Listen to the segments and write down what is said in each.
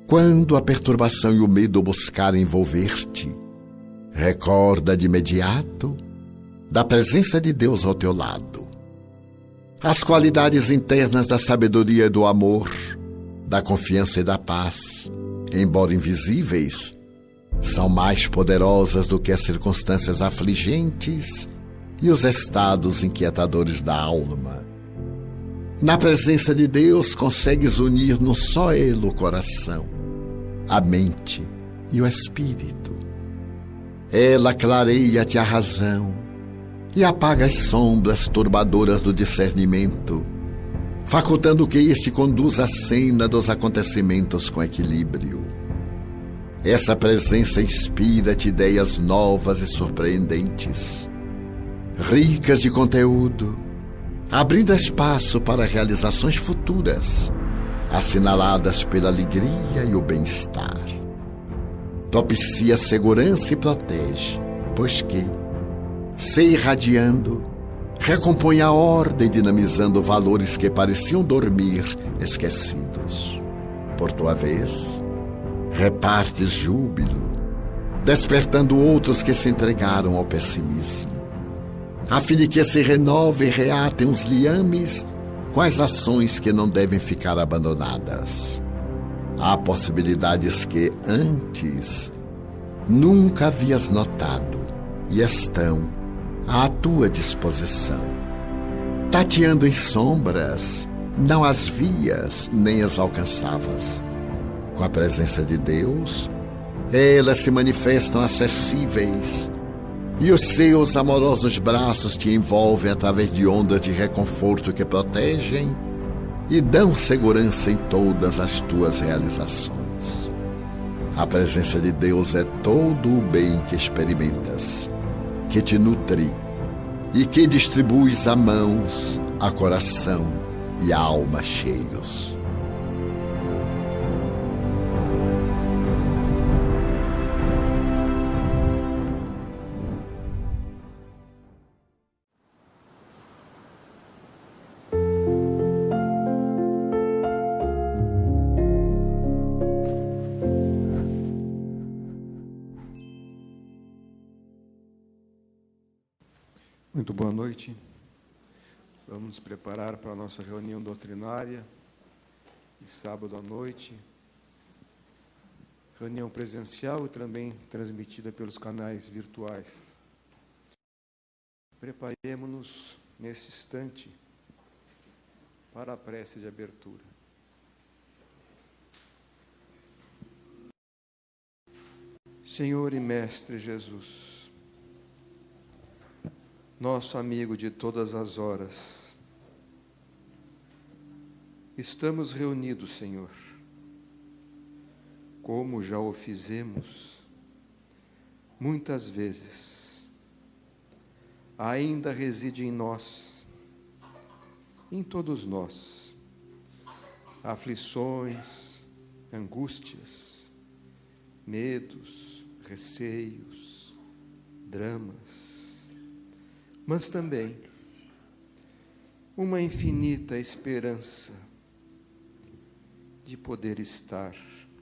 Quando a perturbação e o medo buscarem envolver-te, recorda de imediato da presença de Deus ao teu lado. As qualidades internas da sabedoria e do amor, da confiança e da paz, embora invisíveis, são mais poderosas do que as circunstâncias afligentes e os estados inquietadores da alma. Na presença de Deus consegues unir num só elo o coração, a mente e o espírito. Ela clareia-te a razão e apaga as sombras turbadoras do discernimento, facultando que este conduza a cena dos acontecimentos com equilíbrio. Essa presença inspira-te ideias novas e surpreendentes, ricas de conteúdo, abrindo espaço para realizações futuras, assinaladas pela alegria e o bem-estar. Propicia segurança e protege, pois que, se irradiando, recompõe a ordem, dinamizando valores que pareciam dormir esquecidos. Por tua vez, repartes júbilo, despertando outros que se entregaram ao pessimismo, a fim de que se renovem e reatem os liames com as ações que não devem ficar abandonadas. Há possibilidades que antes nunca havias notado e estão à tua disposição. Tateando em sombras, não as vias nem as alcançavas. Com a presença de Deus, elas se manifestam acessíveis e os seus amorosos braços te envolvem através de ondas de reconforto que protegem e dão segurança em todas as tuas realizações. A presença de Deus é todo o bem que experimentas, que te nutre e que distribuis a mãos, a coração e a alma cheios. Muito boa noite. Vamos nos preparar para a nossa reunião doutrinária de sábado à noite. Reunião presencial e também transmitida pelos canais virtuais. Preparemos-nos nesse instante para a prece de abertura. Senhor e Mestre Jesus, nosso amigo de todas as horas, estamos reunidos, Senhor, como já o fizemos muitas vezes. Ainda reside em nós, em todos nós, aflições, angústias, medos, receios, dramas, mas também uma infinita esperança de poder estar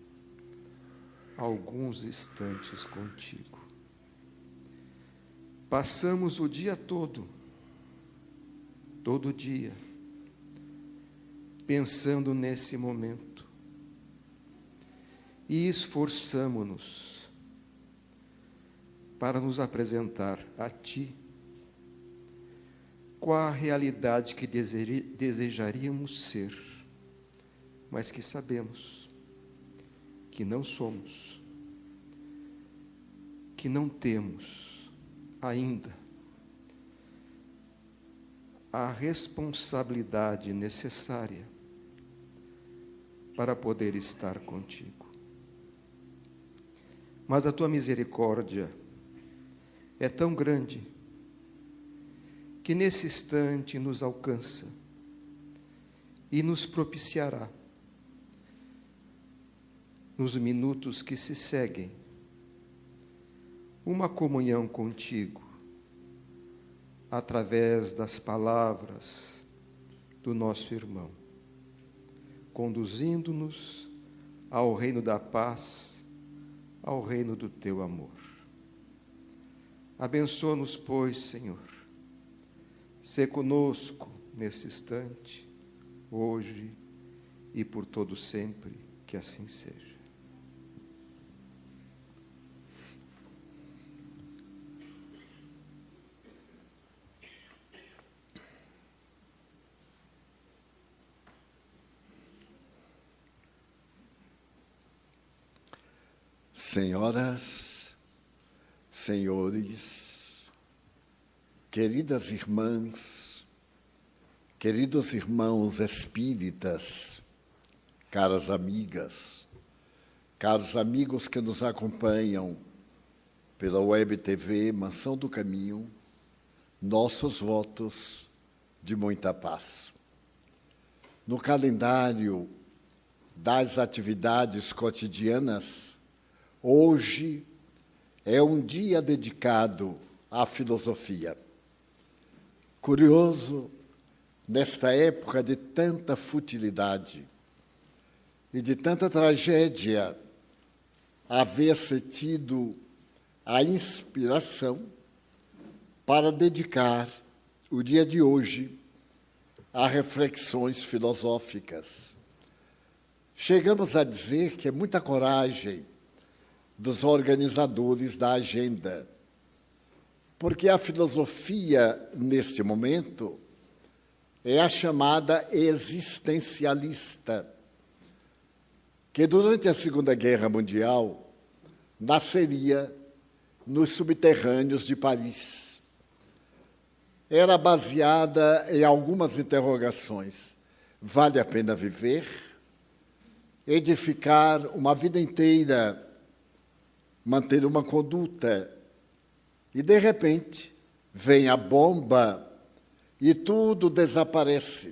alguns instantes contigo. Passamos o dia todo dia, pensando nesse momento e esforçamo-nos para nos apresentar a Ti com a realidade que desejaríamos ser, mas que sabemos que não somos, que não temos ainda a responsabilidade necessária para poder estar contigo. Mas a tua misericórdia é tão grande que nesse instante nos alcança e nos propiciará, nos minutos que se seguem, uma comunhão contigo, através das palavras do nosso irmão, conduzindo-nos ao reino da paz, ao reino do teu amor. Abençoa-nos, pois, Senhor. Sê conosco nesse instante, hoje e por todo sempre, que assim seja. Senhoras, senhores, queridas irmãs, queridos irmãos espíritas, caras amigas, caros amigos que nos acompanham pela Web TV Mansão do Caminho, nossos votos de muita paz. No calendário das atividades cotidianas, hoje é um dia dedicado à filosofia. Curioso, nesta época de tanta futilidade e de tanta tragédia, haver-se tido a inspiração para dedicar o dia de hoje a reflexões filosóficas. Chegamos a dizer que é muita coragem dos organizadores da agenda, porque a filosofia, neste momento, é a chamada existencialista, que durante a Segunda Guerra Mundial nasceria nos subterrâneos de Paris. Era baseada em algumas interrogações. Vale a pena viver? Edificar uma vida inteira, manter uma conduta, e, de repente, vem a bomba e tudo desaparece.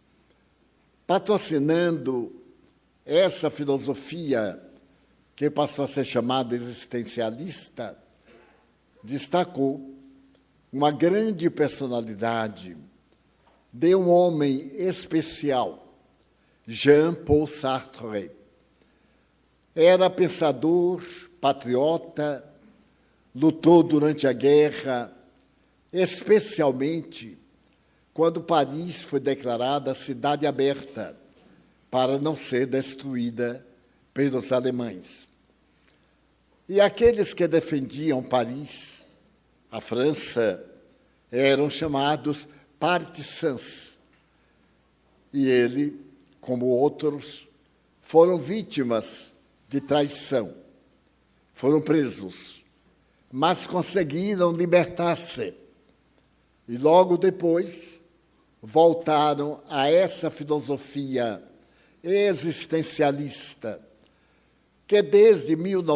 Patrocinando essa filosofia, que passou a ser chamada existencialista, destacou uma grande personalidade de um homem especial, Jean-Paul Sartre. Era pensador, patriota, lutou durante a guerra, especialmente quando Paris foi declarada cidade aberta para não ser destruída pelos alemães. E aqueles que defendiam Paris, a França, eram chamados partisans. E ele, como outros, foram vítimas de traição. Foram presos, mas conseguiram libertar-se. E logo depois voltaram a essa filosofia existencialista, que desde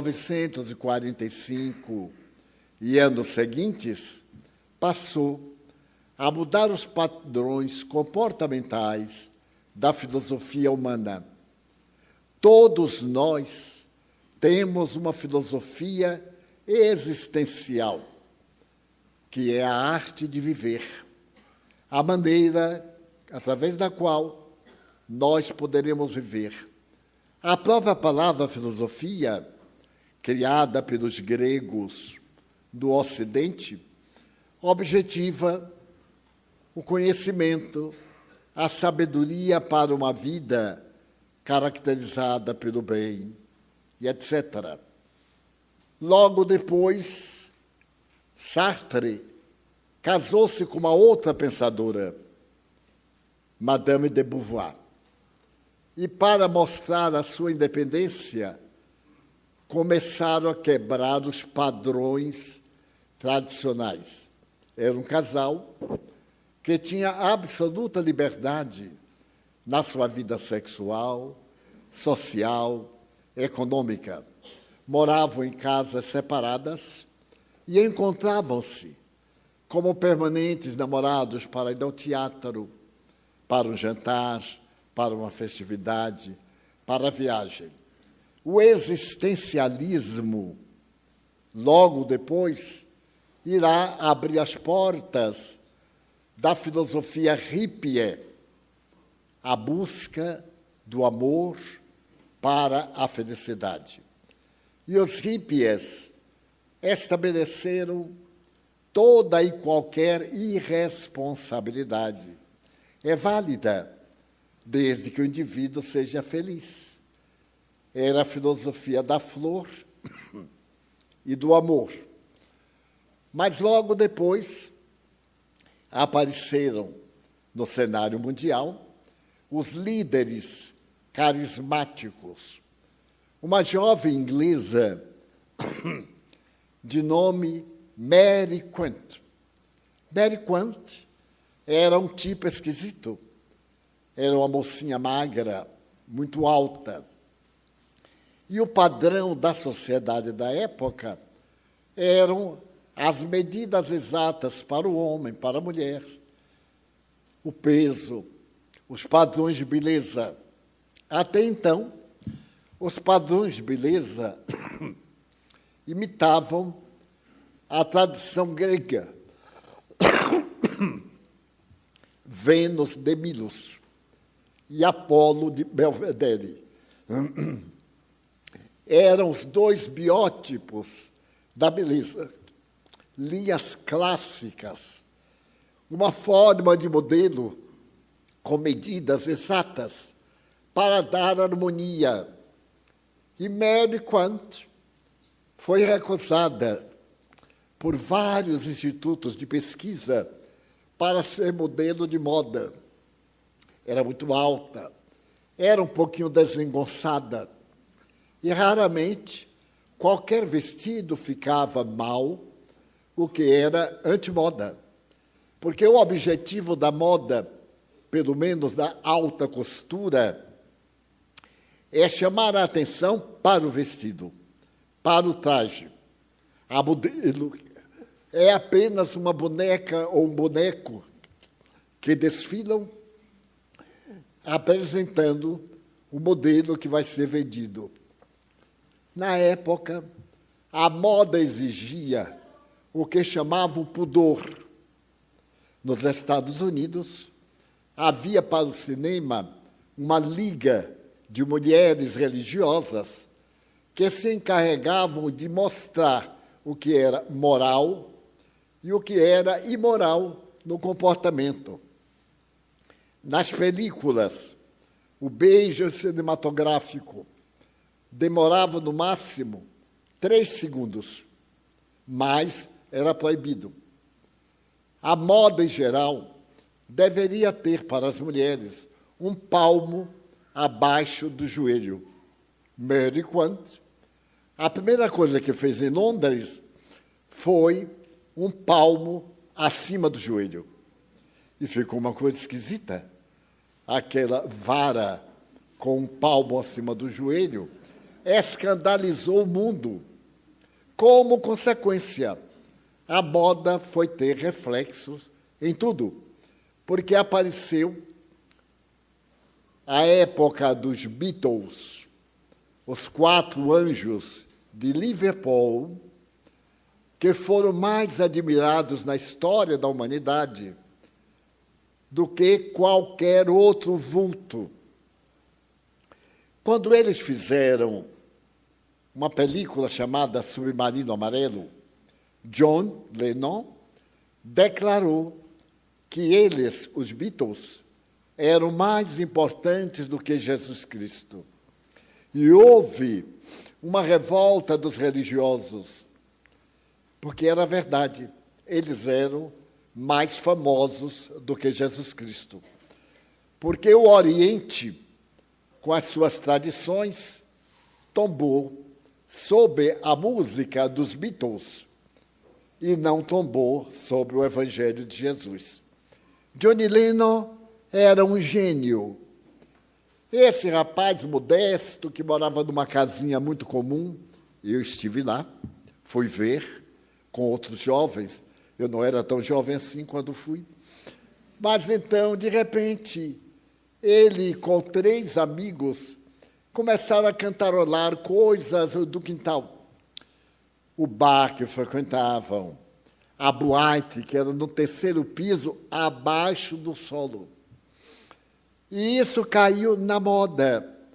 1945 e anos seguintes passou a mudar os padrões comportamentais da filosofia humana. Todos nós temos uma filosofia existencial, que é a arte de viver, a maneira através da qual nós poderemos viver. A própria palavra filosofia, criada pelos gregos do Ocidente, objetiva o conhecimento, a sabedoria para uma vida caracterizada pelo bem, e etc. Logo depois, Sartre casou-se com uma outra pensadora, Madame de Beauvoir. E, para mostrar a sua independência, começaram a quebrar os padrões tradicionais. Era um casal que tinha absoluta liberdade na sua vida sexual, social, econômica. Moravam em casas separadas e encontravam-se como permanentes namorados para ir ao teatro, para um jantar, para uma festividade, para a viagem. O existencialismo, logo depois, irá abrir as portas da filosofia hippie, a busca do amor para a felicidade. E os hippies estabeleceram toda e qualquer irresponsabilidade. É válida, desde que o indivíduo seja feliz. Era a filosofia da flor e do amor. Mas logo depois apareceram no cenário mundial os líderes carismáticos. Uma jovem inglesa de nome Mary Quant. Mary Quant era um tipo esquisito. Era uma mocinha magra, muito alta. E o padrão da sociedade da época eram as medidas exatas para o homem, para a mulher. O peso, os padrões de beleza. Até então, os padrões de beleza imitavam a tradição grega. Vênus de Milos e Apolo de Belvedere. Eram os dois biótipos da beleza, linhas clássicas, uma forma de modelo com medidas exatas para dar harmonia. E Mary Quant foi recusada por vários institutos de pesquisa para ser modelo de moda. Era muito alta, era um pouquinho desengonçada, e raramente qualquer vestido ficava mal, o que era antimoda. Porque o objetivo da moda, pelo menos da alta costura, é chamar a atenção para o vestido, para o traje. A modelo é apenas uma boneca ou um boneco que desfilam apresentando o modelo que vai ser vendido. Na época, a moda exigia o que chamavam pudor. Nos Estados Unidos, havia para o cinema uma liga de mulheres religiosas que se encarregavam de mostrar o que era moral e o que era imoral no comportamento. Nas películas, o beijo cinematográfico demorava no máximo 3 segundos, mas era proibido. A moda, em geral, deveria ter para as mulheres um palmo abaixo do joelho. Mary Quant, a primeira coisa que fez em Londres foi um palmo acima do joelho. E ficou uma coisa esquisita. Aquela vara com um palmo acima do joelho escandalizou o mundo. Como consequência, a moda foi ter reflexos em tudo, porque apareceu a época dos Beatles, os 4 anjos de Liverpool, que foram mais admirados na história da humanidade do que qualquer outro vulto. Quando eles fizeram uma película chamada Submarino Amarelo, John Lennon declarou que eles, os Beatles, eram mais importantes do que Jesus Cristo. E houve uma revolta dos religiosos, porque era verdade, eles eram mais famosos do que Jesus Cristo. Porque o Oriente, com as suas tradições, tombou sob a música dos Beatles e não tombou sobre o Evangelho de Jesus. Johnny Lennon era um gênio. Esse rapaz modesto, que morava numa casinha muito comum, eu estive lá, fui ver com outros jovens. Eu não era tão jovem assim quando fui. Mas então, de repente, ele com 3 amigos começaram a cantarolar coisas do quintal. O bar que frequentavam, a boate, que era no 3º piso, abaixo do solo. E isso caiu na moda.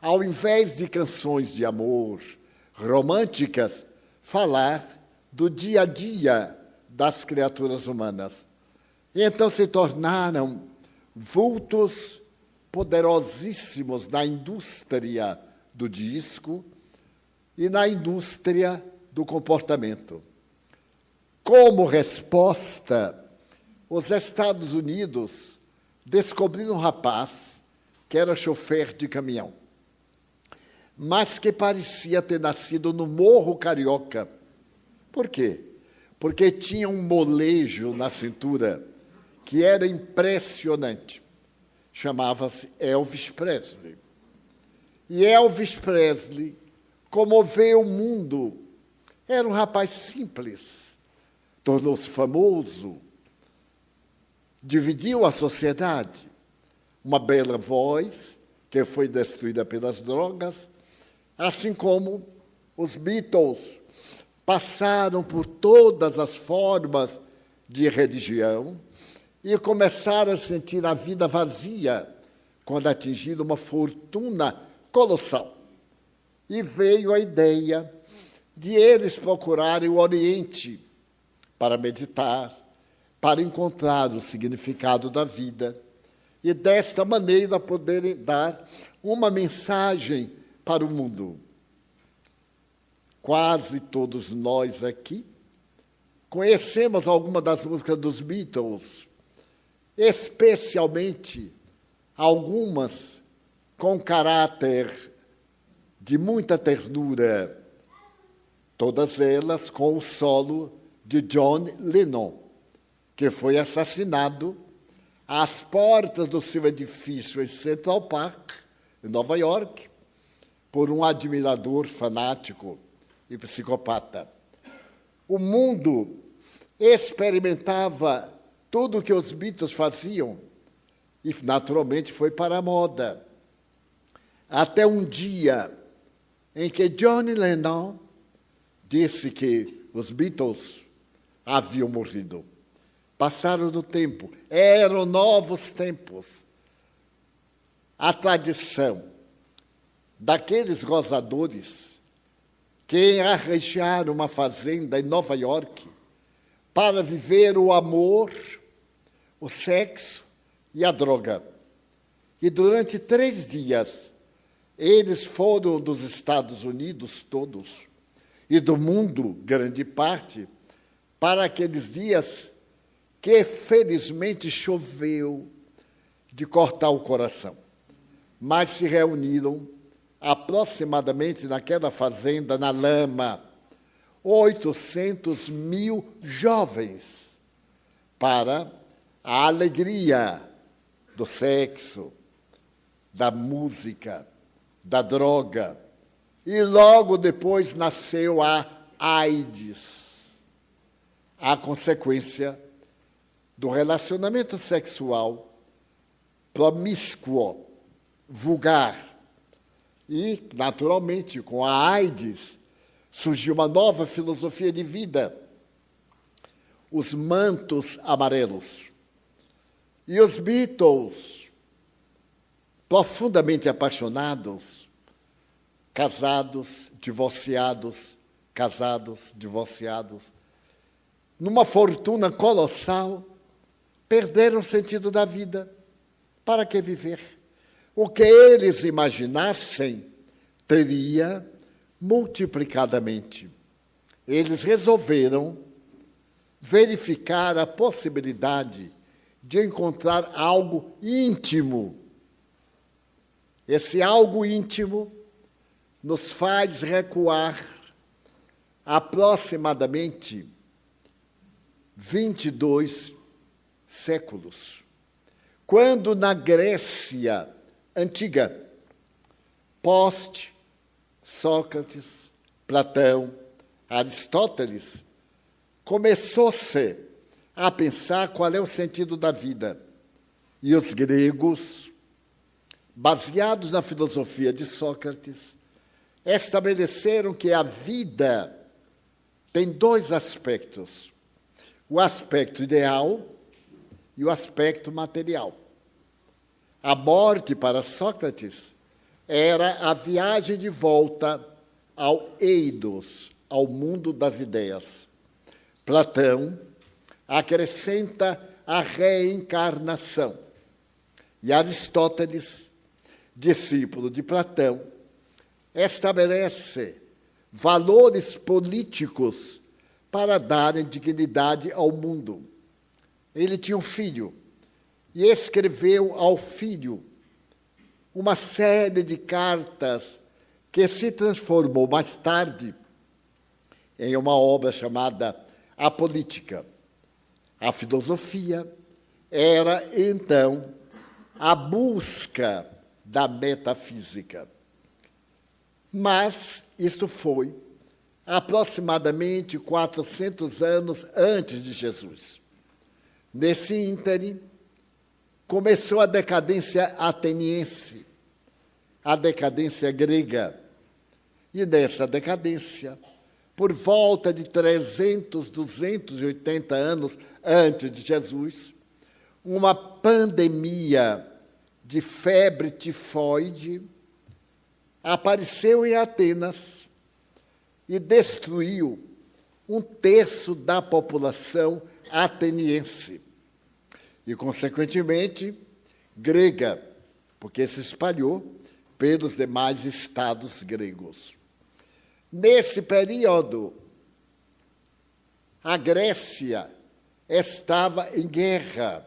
ao invés de canções de amor românticas, falar do dia a dia das criaturas humanas. E então se tornaram vultos poderosíssimos na indústria do disco e na indústria do comportamento. Como resposta, os Estados Unidos descobriram um rapaz que era chofer de caminhão, mas que parecia ter nascido no Morro Carioca. Por quê? Porque tinha um molejo na cintura que era impressionante. Chamava-se Elvis Presley. E Elvis Presley comoveu o mundo. Era um rapaz simples, tornou-se famoso, dividiu a sociedade. Uma bela voz, que foi destruída pelas drogas, assim como os Beatles passaram por todas as formas de religião e começaram a sentir a vida vazia quando atingiram uma fortuna colossal. E veio a ideia de eles procurarem o Oriente para meditar, para encontrar o significado da vida e, desta maneira, poderem dar uma mensagem para o mundo. Quase todos nós aqui conhecemos alguma das músicas dos Beatles, especialmente algumas com caráter de muita ternura, todas elas com o solo de John Lennon, que foi assassinado às portas do seu edifício em Central Park, em Nova York, por um admirador fanático e psicopata. O mundo experimentava tudo o que os Beatles faziam e, naturalmente, foi para a moda. Até um dia em que John Lennon disse que os Beatles haviam morrido. Passaram do tempo, eram novos tempos. A tradição daqueles gozadores que arranjaram uma fazenda em Nova York para viver o amor, o sexo e a droga. E durante 3 dias, eles foram dos Estados Unidos todos e do mundo, grande parte, para aqueles dias que felizmente choveu de cortar o coração. Mas se reuniram aproximadamente naquela fazenda, na lama, 800 mil jovens para a alegria do sexo, da música, da droga. E logo depois nasceu a AIDS, a consequência do relacionamento sexual promíscuo, vulgar. E, naturalmente, com a AIDS, surgiu uma nova filosofia de vida, os mantos amarelos. E os Beatles, profundamente apaixonados, casados, divorciados, casados, divorciados, numa fortuna colossal, perderam o sentido da vida. Para que viver? O que eles imaginassem teria multiplicadamente. Eles resolveram verificar a possibilidade de encontrar algo íntimo. Esse algo íntimo nos faz recuar aproximadamente 22 séculos, quando na Grécia antiga, Sócrates, Platão, Aristóteles, começou-se a pensar qual é o sentido da vida. E os gregos, baseados na filosofia de Sócrates, estabeleceram que a vida tem 2 aspectos: o aspecto ideal e o aspecto material. A morte, para Sócrates, era a viagem de volta ao eidos, ao mundo das ideias. Platão acrescenta a reencarnação. E Aristóteles, discípulo de Platão, estabelece valores políticos para darem dignidade ao mundo. Ele tinha um filho e escreveu ao filho uma série de cartas que se transformou mais tarde em uma obra chamada A Política. A filosofia era, então, a busca da metafísica. Mas isso foi aproximadamente 400 anos antes de Jesus. Nesse ínterim, começou a decadência ateniense, a decadência grega. E nessa decadência, por volta de 300, 280 anos antes de Jesus, uma pandemia de febre tifoide apareceu em Atenas e destruiu 1/3 da população ateniense e, consequentemente, grega, porque se espalhou pelos demais estados gregos. Nesse período, a Grécia estava em guerra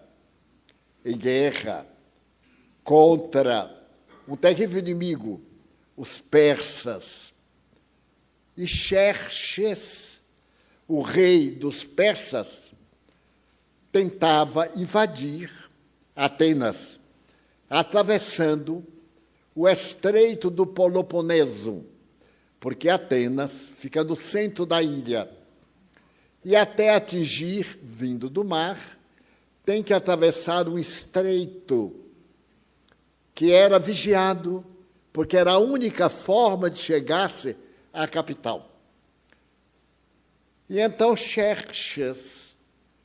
contra um terrível inimigo, os persas. E Xerxes, o rei dos persas, tentava invadir Atenas, atravessando o estreito do Peloponeso, porque Atenas fica no centro da ilha. E até atingir, vindo do mar, tem que atravessar um estreito que era vigiado, porque era a única forma de chegar-se à capital. E então Xerxes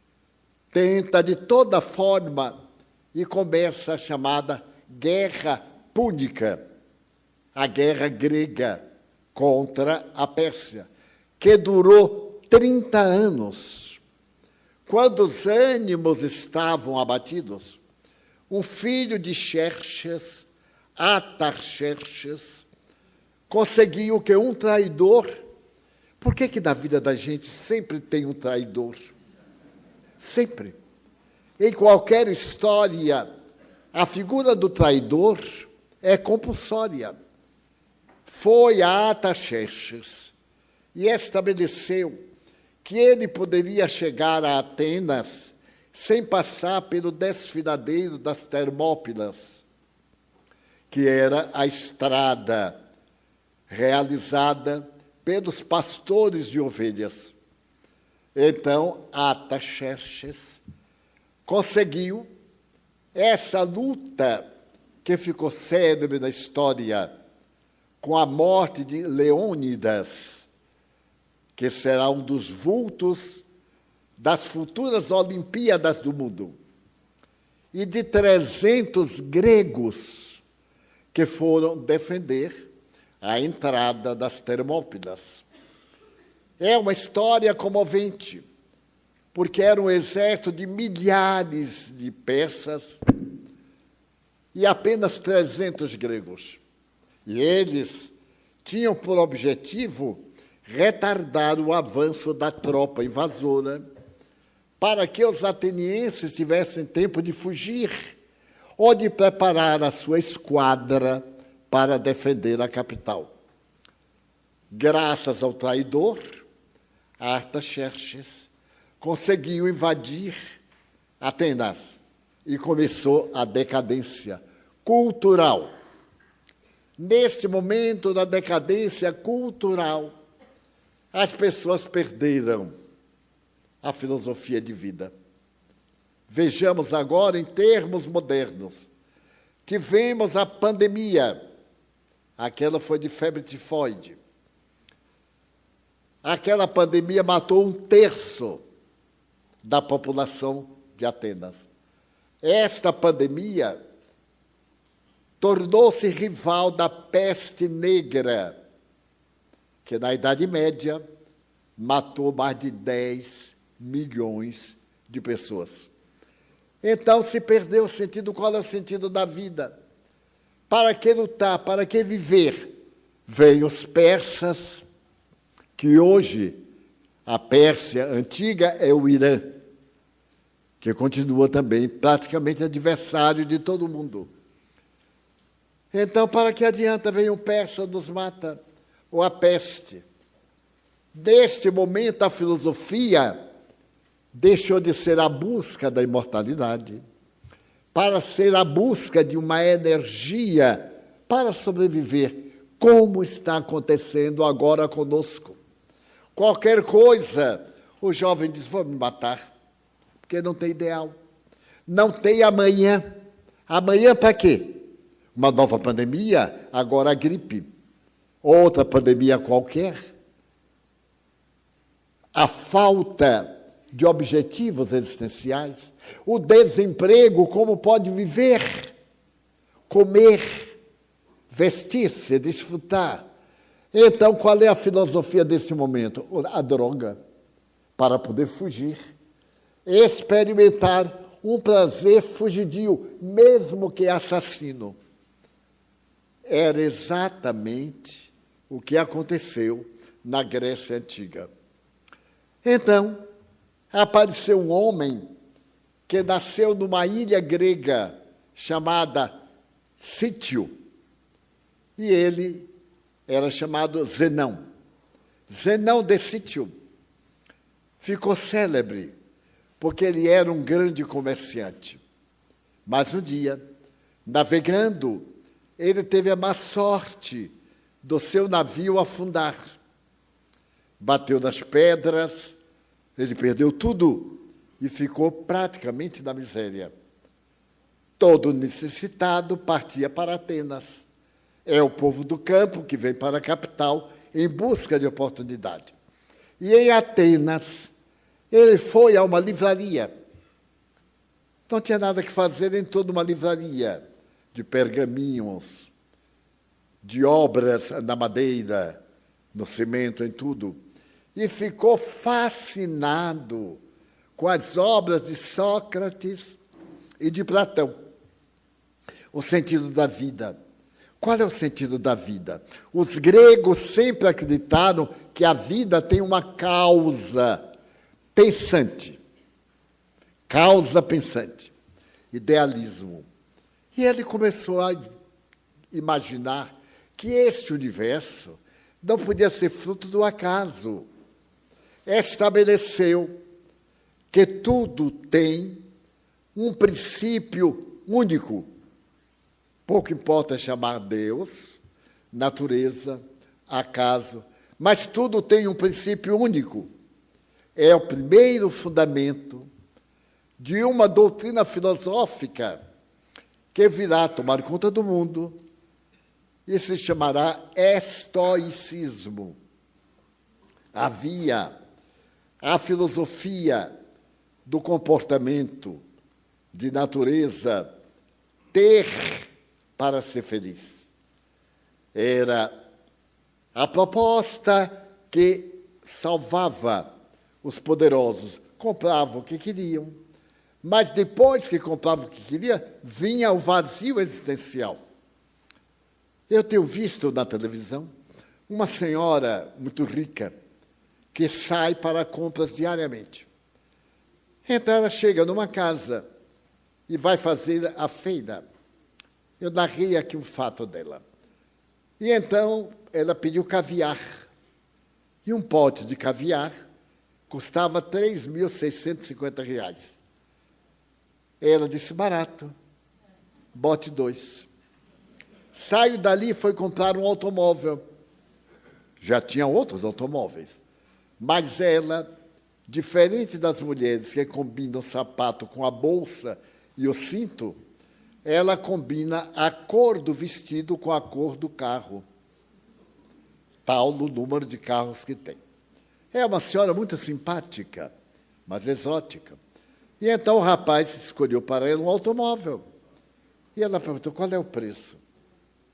tenta de toda forma e começa a chamada Guerra Púnica, a guerra grega contra a Pérsia, que durou 30 anos. Quando os ânimos estavam abatidos, um filho de Xerxes, Artaxerxes, conseguiu que um traidor... Por que na vida da gente sempre tem um traidor? Sempre. Em qualquer história, a figura do traidor é compulsória. Foi a Artaxerxes e estabeleceu que ele poderia chegar a Atenas sem passar pelo desfiladeiro das Termópilas, que era a estrada realizada pelos pastores de ovelhas. Então, Artaxerxes conseguiu essa luta que ficou célebre na história, com a morte de Leônidas, que será um dos vultos das futuras Olimpíadas do mundo, e de 300 gregos que foram defender a entrada das Termópilas. É uma história comovente, porque era um exército de milhares de persas e apenas 300 gregos. E eles tinham por objetivo retardar o avanço da tropa invasora para que os atenienses tivessem tempo de fugir ou de preparar a sua esquadra para defender a capital. Graças ao traidor, Artaxerxes conseguiu invadir Atenas e começou a decadência cultural. Neste momento da decadência cultural, as pessoas perderam a filosofia de vida. Vejamos agora em termos modernos. Tivemos a pandemia, aquela foi de febre tifoide. Aquela pandemia matou 1/3 da população de Atenas. Esta pandemia tornou-se rival da peste negra, que na Idade Média matou mais de 10 milhões de pessoas. Então se perdeu o sentido. Qual é o sentido da vida? Para que lutar? Para que viver? Veio os persas, que hoje a Pérsia antiga é o Irã, que continua também praticamente adversário de todo mundo. Então, para que adianta? Vem um persa, nos mata, ou a peste. Neste momento, a filosofia deixou de ser a busca da imortalidade para ser a busca de uma energia para sobreviver, como está acontecendo agora conosco. Qualquer coisa, o jovem diz, vou me matar, porque não tem ideal. Não tem amanhã. Amanhã para quê? Uma nova pandemia, agora a gripe. Outra pandemia qualquer. A falta de objetivos existenciais. O desemprego, como pode viver, comer, vestir-se, desfrutar. Então, qual é a filosofia desse momento? A droga, para poder fugir. Experimentar um prazer fugidio, mesmo que assassino. Era exatamente o que aconteceu na Grécia Antiga. Então, apareceu um homem que nasceu numa ilha grega chamada Sítio, e ele era chamado Zenão. Zenão de Sítio ficou célebre, porque ele era um grande comerciante. Mas um dia, navegando, ele teve a má sorte do seu navio afundar. Bateu nas pedras, ele perdeu tudo e ficou praticamente na miséria. Todo necessitado partia para Atenas. É o povo do campo que vem para a capital em busca de oportunidade. E em Atenas, ele foi a uma livraria. Não tinha nada que fazer, entrou numa livraria de pergaminhos, de obras na madeira, no cimento, em tudo. E ficou fascinado com as obras de Sócrates e de Platão. O sentido da vida. Qual é o sentido da vida? Os gregos sempre acreditaram que a vida tem uma causa pensante. Causa pensante. Idealismo. E ele começou a imaginar que este universo não podia ser fruto do acaso. Estabeleceu que tudo tem um princípio único. Pouco importa chamar Deus, natureza, acaso, mas tudo tem um princípio único. É o primeiro fundamento de uma doutrina filosófica que virá tomar conta do mundo e se chamará estoicismo. Havia a filosofia do comportamento, de natureza, ter para ser feliz. Era a proposta que salvava os poderosos. Compravam o que queriam, mas depois que compravam o que queriam, vinha o vazio existencial. Eu tenho visto na televisão uma senhora muito rica que sai para compras diariamente. Então ela chega numa casa e vai fazer a feira. Eu narrei aqui um fato dela. E então ela pediu caviar. E um pote de caviar custava R$ 3.650. Ela disse, barato, bote 2. Saiu dali e foi comprar um automóvel. Já tinha outros automóveis. Mas ela, diferente das mulheres que combinam o sapato com a bolsa e o cinto, ela combina a cor do vestido com a cor do carro. Tal o número de carros que tem. É uma senhora muito simpática, mas exótica. E então o rapaz escolheu para ela um automóvel. E ela perguntou, qual é o preço?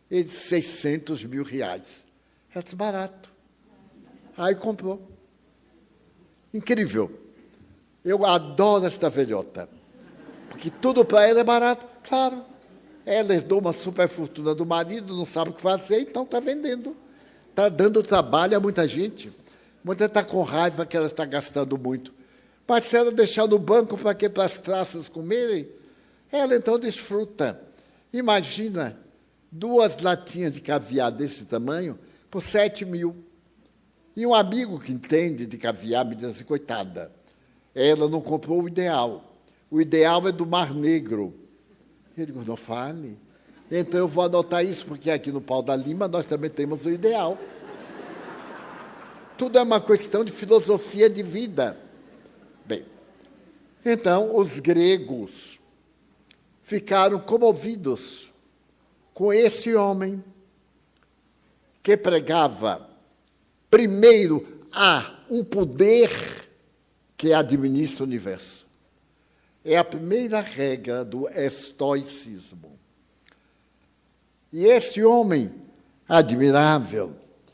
Ele disse, 600 mil reais. Ela disse, barato. Aí comprou. Incrível. Eu adoro esta velhota, porque tudo para ela é barato. Claro, ela herdou uma superfortuna do marido, não sabe o que fazer, então está vendendo. Está dando trabalho a muita gente. Muita gente está com raiva que ela está gastando muito. Mas se ela deixar no banco para quê? Para as traças comerem, ela então desfruta. Imagina 2 latinhas de caviar desse tamanho por 7 mil. E um amigo que entende de caviar me diz assim, coitada, ela não comprou o ideal. O ideal é do Mar Negro. Eu digo, não fale. Então eu vou anotar isso, porque aqui no Pau da Lima nós também temos o ideal. Tudo é uma questão de filosofia de vida. Bem, então os gregos ficaram comovidos com esse homem que pregava, primeiro, há um poder que administra o universo. É a primeira regra do estoicismo. E esse homem admirável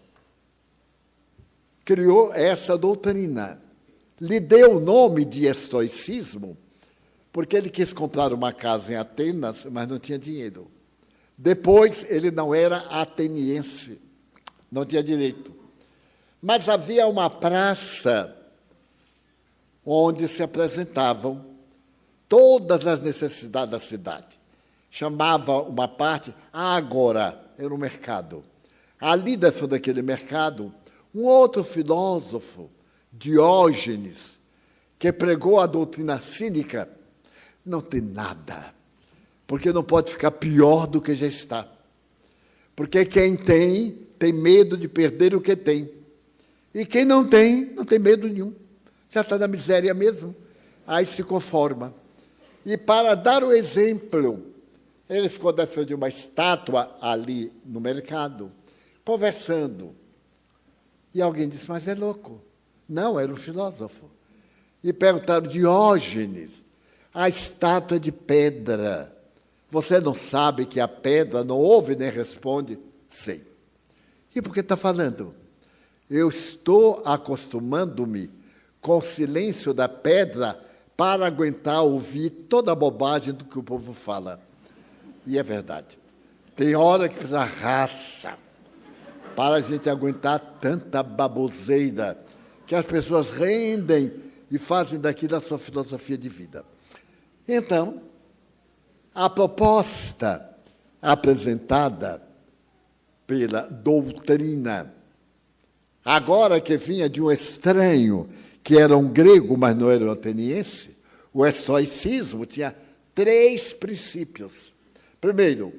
criou essa doutrina. Lhe deu o nome de estoicismo porque ele quis comprar uma casa em Atenas, mas não tinha dinheiro. Depois, ele não era ateniense, não tinha direito. Mas havia uma praça onde se apresentavam todas as necessidades da cidade. Chamava uma parte Ágora, era um mercado. Ali dentro daquele mercado, um outro filósofo, Diógenes, que pregou a doutrina cínica, não tem nada, porque não pode ficar pior do que já está. Porque quem tem medo de perder o que tem. E quem não tem medo nenhum. Já está na miséria mesmo. Aí se conforma. E para dar o exemplo, ele ficou dentro de uma estátua ali no mercado, conversando. E alguém disse, mas é louco. Não, era um filósofo. E perguntaram, Diógenes, a estátua é de pedra. Você não sabe que a pedra não ouve nem responde? Sei. E por que está falando? Eu estou acostumando-me com o silêncio da pedra para aguentar ouvir toda a bobagem do que o povo fala. E é verdade. Tem hora que precisa raça para a gente aguentar tanta baboseira que as pessoas rendem e fazem daquilo a sua filosofia de vida. Então, a proposta apresentada pela doutrina, agora que vinha de um estranho, que era um grego, mas não era um ateniense, o estoicismo tinha 3 princípios. Primeiro,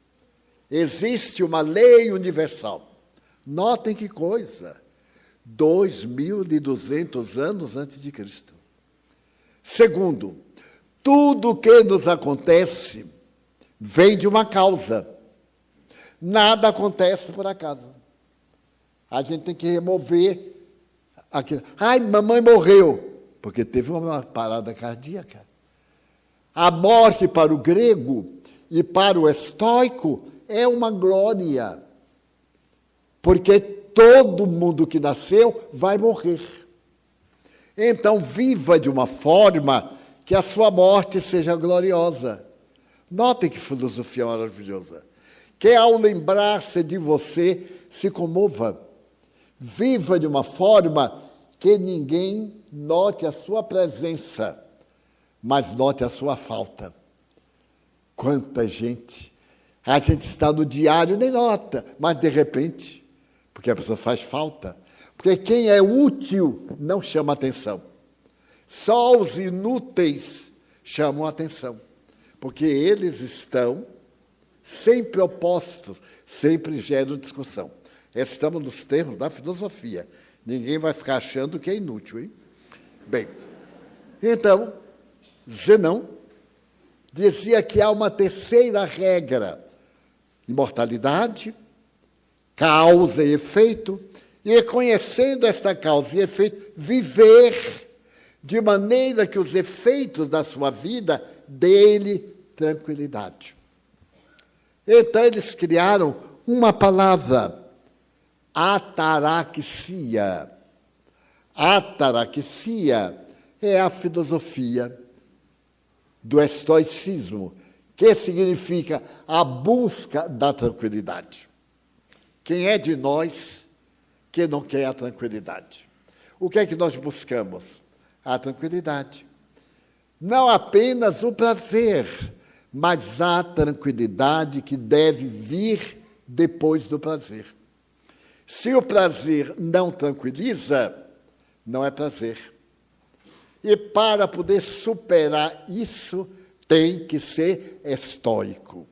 existe uma lei universal. Notem que coisa, 2.200 anos antes de Cristo. Segundo, tudo o que nos acontece vem de uma causa. Nada acontece por acaso. A gente tem que remover aquilo. Ai, mamãe morreu, porque teve uma parada cardíaca. A morte para o grego e para o estoico é uma glória, porque todo mundo que nasceu vai morrer. Então, viva de uma forma que a sua morte seja gloriosa. Notem que filosofia maravilhosa. Que ao lembrar-se de você, se comova. Viva de uma forma que ninguém note a sua presença, mas note a sua falta. Quanta gente! A gente está no diário, nem nota, mas de repente, porque a pessoa faz falta. Porque quem é útil não chama atenção. Só os inúteis chamam atenção, porque eles estão sempre opostos, sempre geram discussão. Estamos nos termos da filosofia. Ninguém vai ficar achando que é inútil, hein? Bem, então, Zenão dizia que há uma terceira regra: imortalidade, causa e efeito, e reconhecendo esta causa e efeito, viver de maneira que os efeitos da sua vida dê-lhe tranquilidade. Então, eles criaram uma palavra, ataraxia. Ataraxia é a filosofia do estoicismo, que significa a busca da tranquilidade. Quem é de nós que não quer a tranquilidade? O que é que nós buscamos? A tranquilidade. Não apenas o prazer, mas a tranquilidade que deve vir depois do prazer. Se o prazer não tranquiliza, não é prazer. E para poder superar isso, tem que ser estoico.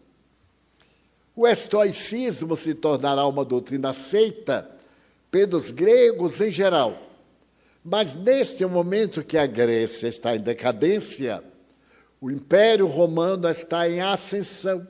O estoicismo se tornará uma doutrina aceita pelos gregos em geral. Mas neste momento que a Grécia está em decadência, o Império Romano está em ascensão.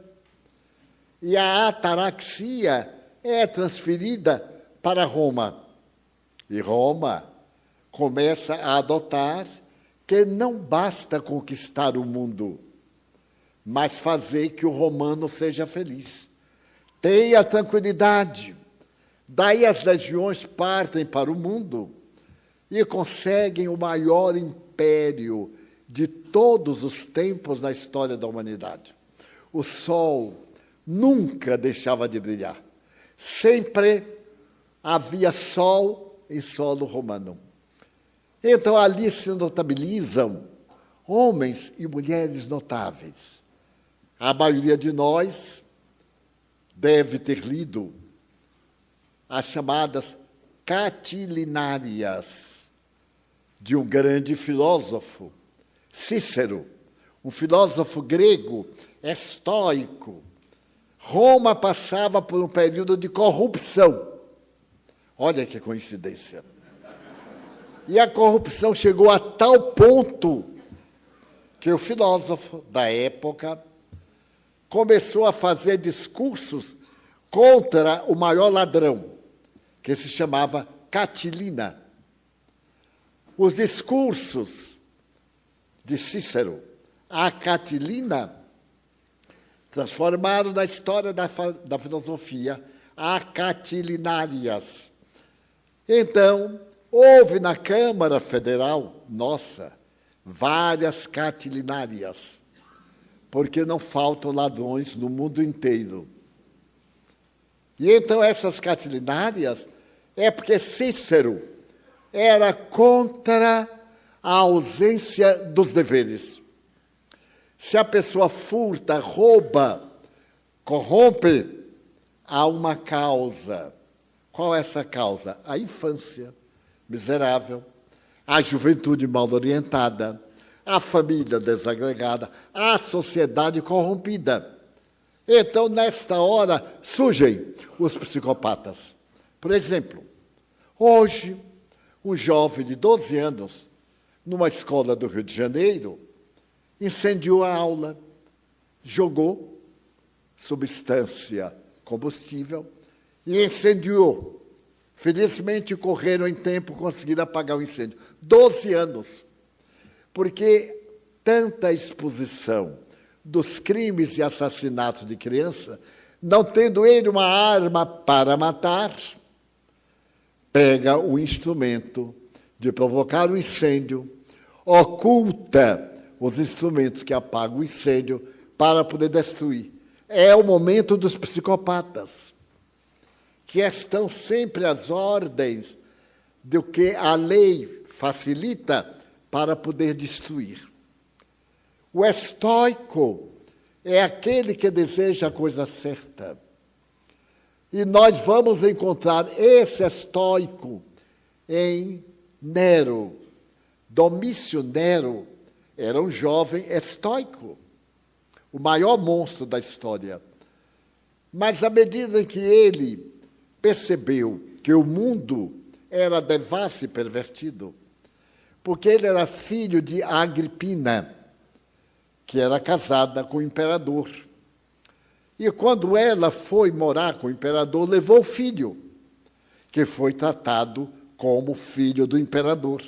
E a ataraxia é transferida para Roma. E Roma começa a adotar que não basta conquistar o mundo, mas fazer que o romano seja feliz. Tenha tranquilidade. Daí as legiões partem para o mundo e conseguem o maior império de todos os tempos na história da humanidade. O sol nunca deixava de brilhar. Sempre havia sol em solo romano. Então, ali se notabilizam homens e mulheres notáveis. A maioria de nós deve ter lido as chamadas Catilinárias de um grande filósofo, Cícero, um filósofo grego, estoico. Roma passava por um período de corrupção. Olha que coincidência. E a corrupção chegou a tal ponto que o filósofo da época começou a fazer discursos contra o maior ladrão, que se chamava Catilina. Os discursos de Cícero, a Catilina, transformaram na história da filosofia a Catilinárias. Então, houve na Câmara Federal, nossa, várias catilinárias, porque não faltam ladrões no mundo inteiro. E então essas catilinárias é porque Cícero era contra a ausência dos deveres. Se a pessoa furta, rouba, corrompe, há uma causa. Qual é essa causa? A infância miserável, a juventude mal orientada, a família desagregada, a sociedade corrompida. Então, nesta hora, surgem os psicopatas. Por exemplo, hoje, um jovem de 12 anos, numa escola do Rio de Janeiro, incendiou a aula, jogou substância combustível e incendiou. Felizmente, correram em tempo, conseguiram apagar o incêndio. 12 anos. Porque tanta exposição dos crimes e assassinatos de criança, não tendo ele uma arma para matar, pega o instrumento de provocar um incêndio, oculta os instrumentos que apagam o incêndio para poder destruir. É o momento dos psicopatas, que estão sempre às ordens do que a lei facilita para poder destruir. O estoico é aquele que deseja a coisa certa. E nós vamos encontrar esse estoico em Nero. Domício Nero era um jovem estoico, o maior monstro da história. Mas à medida que ele percebeu que o mundo era devasso e pervertido, porque ele era filho de Agripina, que era casada com o imperador. E quando ela foi morar com o imperador, levou o filho, que foi tratado como filho do imperador.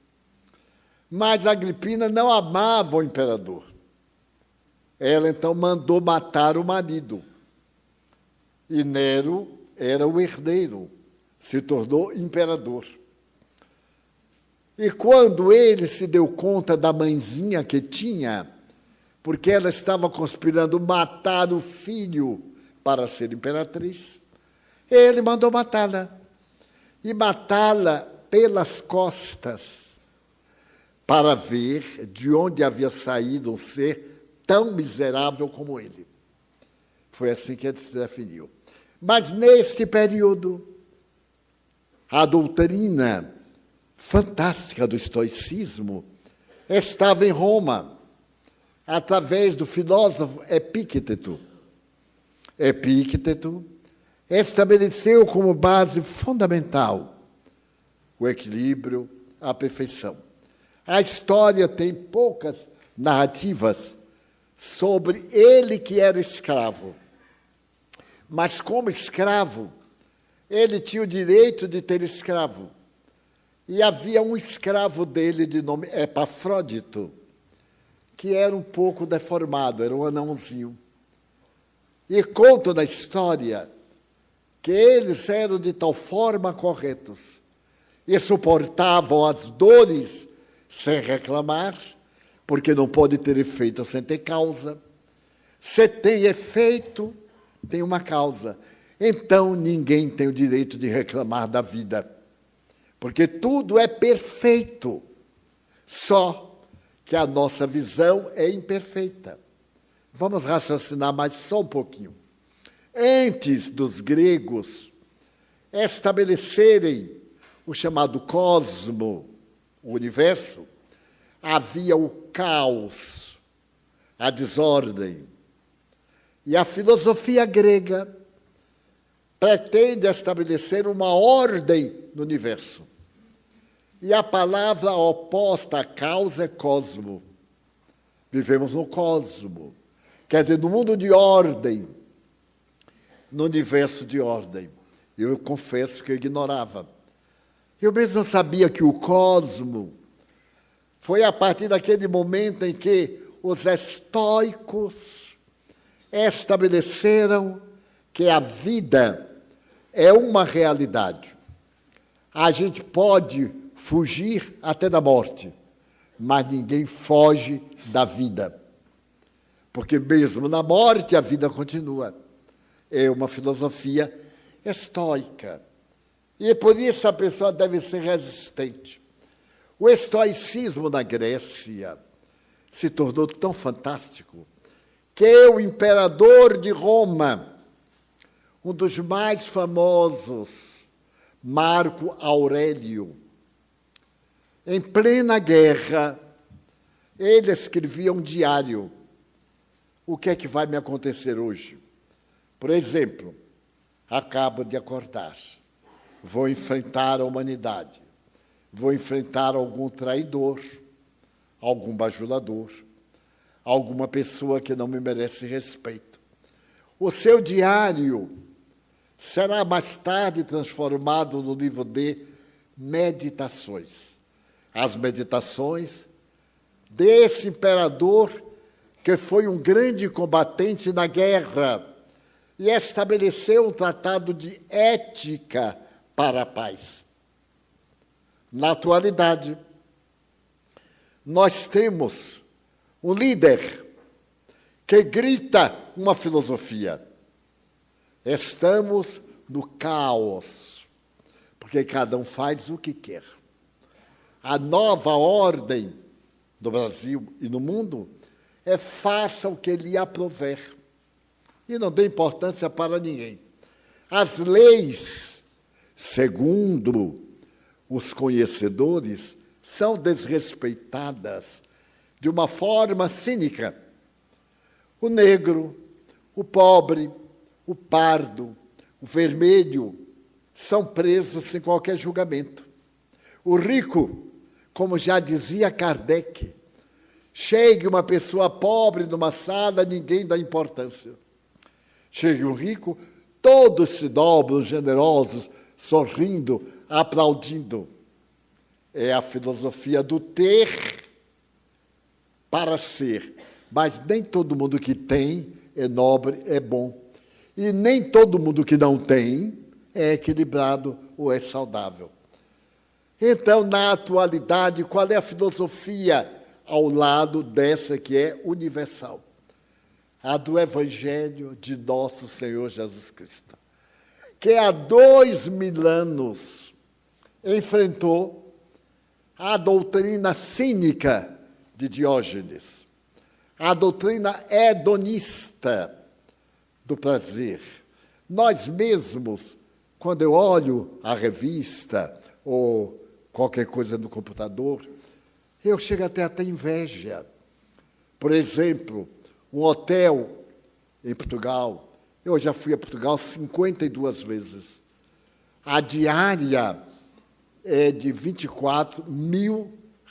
Mas Agripina não amava o imperador. Ela, então, mandou matar o marido. E Nero era o herdeiro, se tornou imperador. E quando ele se deu conta da mãezinha que tinha, porque ela estava conspirando matar o filho para ser imperatriz, ele mandou matá-la. E matá-la pelas costas, para ver de onde havia saído um ser tão miserável como ele. Foi assim que ele se definiu. Mas, nesse período, a doutrina fantástica do estoicismo estava em Roma, através do filósofo Epícteto. Epícteto estabeleceu como base fundamental o equilíbrio, a perfeição. A história tem poucas narrativas sobre ele que era escravo. Mas, como escravo, ele tinha o direito de ter escravo. E havia um escravo dele de nome Epafrodito, que era um pouco deformado, era um anãozinho. E conta na história que eles eram de tal forma corretos e suportavam as dores sem reclamar, porque não pode ter efeito sem ter causa. Se tem efeito, tem uma causa. Então, ninguém tem o direito de reclamar da vida, porque tudo é perfeito, só que a nossa visão é imperfeita. Vamos raciocinar mais só um pouquinho. Antes dos gregos estabelecerem o chamado cosmo, o universo, havia o caos, a desordem. E a filosofia grega pretende estabelecer uma ordem no universo. E a palavra oposta a caos é cosmo. Vivemos no cosmo, quer dizer, no mundo de ordem, no universo de ordem. Eu confesso que eu ignorava. Eu mesmo não sabia que o cosmo foi a partir daquele momento em que os estoicos estabeleceram que a vida é uma realidade. A gente pode fugir até da morte, mas ninguém foge da vida. Porque mesmo na morte a vida continua. É uma filosofia estoica. E por isso a pessoa deve ser resistente. O estoicismo na Grécia se tornou tão fantástico que o imperador de Roma, um dos mais famosos, Marco Aurélio, em plena guerra, ele escrevia um diário. O que é que vai me acontecer hoje? Por exemplo, acabo de acordar, vou enfrentar a humanidade, vou enfrentar algum traidor, algum bajulador, alguma pessoa que não me merece respeito. O seu diário será mais tarde transformado no livro de meditações. As meditações desse imperador que foi um grande combatente na guerra e estabeleceu um tratado de ética para a paz. Na atualidade, nós temos um líder que grita uma filosofia. Estamos no caos, porque cada um faz o que quer. A nova ordem do Brasil e no mundo é faça o que lhe aprouver. E não dê importância para ninguém. As leis, segundo os conhecedores, são desrespeitadas de uma forma cínica. O negro, o pobre, o pardo, o vermelho são presos sem qualquer julgamento. O rico, como já dizia Kardec, chegue uma pessoa pobre numa sala, ninguém dá importância. Chegue um rico, todos se dobram, generosos, sorrindo, aplaudindo. É a filosofia do ter para ser. Mas nem todo mundo que tem é nobre, é bom. E nem todo mundo que não tem é equilibrado ou é saudável. Então, na atualidade, qual é a filosofia ao lado dessa que é universal? A do Evangelho de nosso Senhor Jesus Cristo, que há 2000 anos enfrentou a doutrina cínica de Diógenes, a doutrina hedonista do prazer. Nós mesmos, quando eu olho a revista ou qualquer coisa no computador, eu chego até a ter inveja. Por exemplo, um hotel em Portugal, eu já fui a Portugal 52 vezes. A diária é de R$24.000,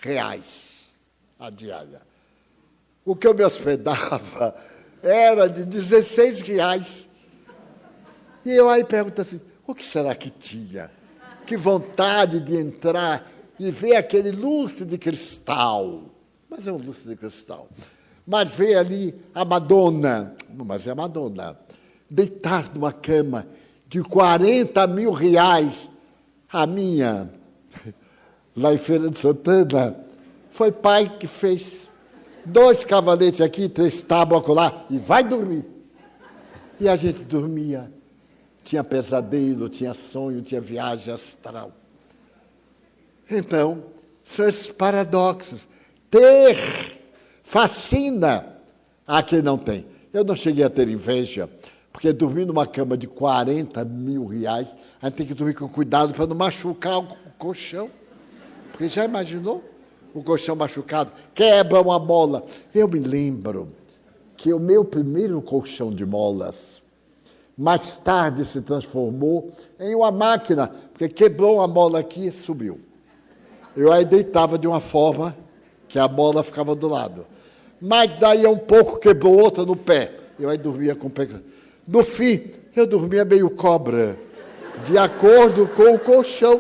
a diária. O que eu me hospedava era de R$16. E eu aí pergunto assim, o que será que tinha? Que vontade de entrar e ver aquele lustre de cristal. Mas é um lustre de cristal. Mas ver ali a Madonna, mas é a Madonna, deitar numa cama de R$40.000. A minha, lá em Feira de Santana, foi pai que fez. 2 cavaletes aqui, 3 tábuas acolá, e vai dormir. E a gente dormia. Tinha pesadelo, tinha sonho, tinha viagem astral. Então, são esses paradoxos. Ter fascina a quem não tem. Eu não cheguei a ter inveja, porque dormir numa cama de R$40.000, a gente tem que dormir com cuidado para não machucar o colchão. Porque já imaginou? O colchão machucado, quebra uma mola. Eu me lembro que o meu primeiro colchão de molas, mais tarde se transformou em uma máquina, porque quebrou uma mola aqui e subiu. Eu aí deitava de uma forma que a mola ficava do lado. Mas daí a um pouco quebrou outra no pé. Eu aí dormia com o pé. No fim, eu dormia meio cobra, de acordo com o colchão.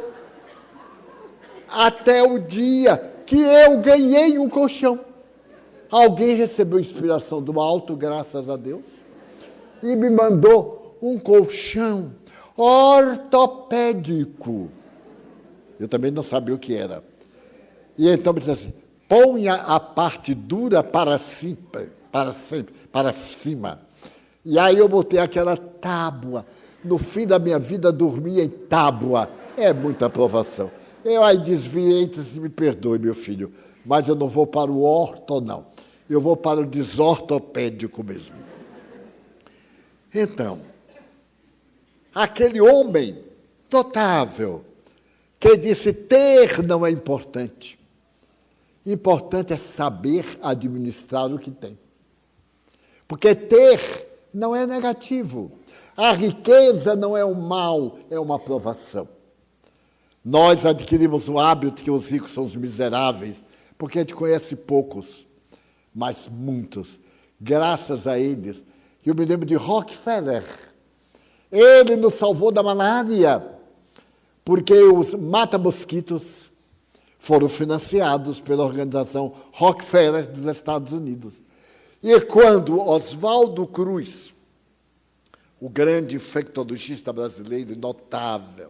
Até o dia que eu ganhei um colchão. Alguém recebeu inspiração do alto, graças a Deus, e me mandou um colchão ortopédico. Eu também não sabia o que era. E então me disse assim, ponha a parte dura para cima. E aí eu botei aquela tábua. No fim da minha vida, dormia em tábua. É muita aprovação. Eu aí desviei, disse, me perdoe, meu filho, mas eu não vou para o orto, não. Eu vou para o desortopédico mesmo. Então, aquele homem notável, que disse ter não é importante. Importante é saber administrar o que tem. Porque ter não é negativo. A riqueza não é um mal, é uma aprovação. Nós adquirimos o hábito que os ricos são os miseráveis, porque a gente conhece poucos, mas muitos. Graças a eles. Eu me lembro de Rockefeller. Ele nos salvou da malária, porque os mata-mosquitos foram financiados pela organização Rockefeller dos Estados Unidos. E quando Oswaldo Cruz, o grande infectologista brasileiro notável,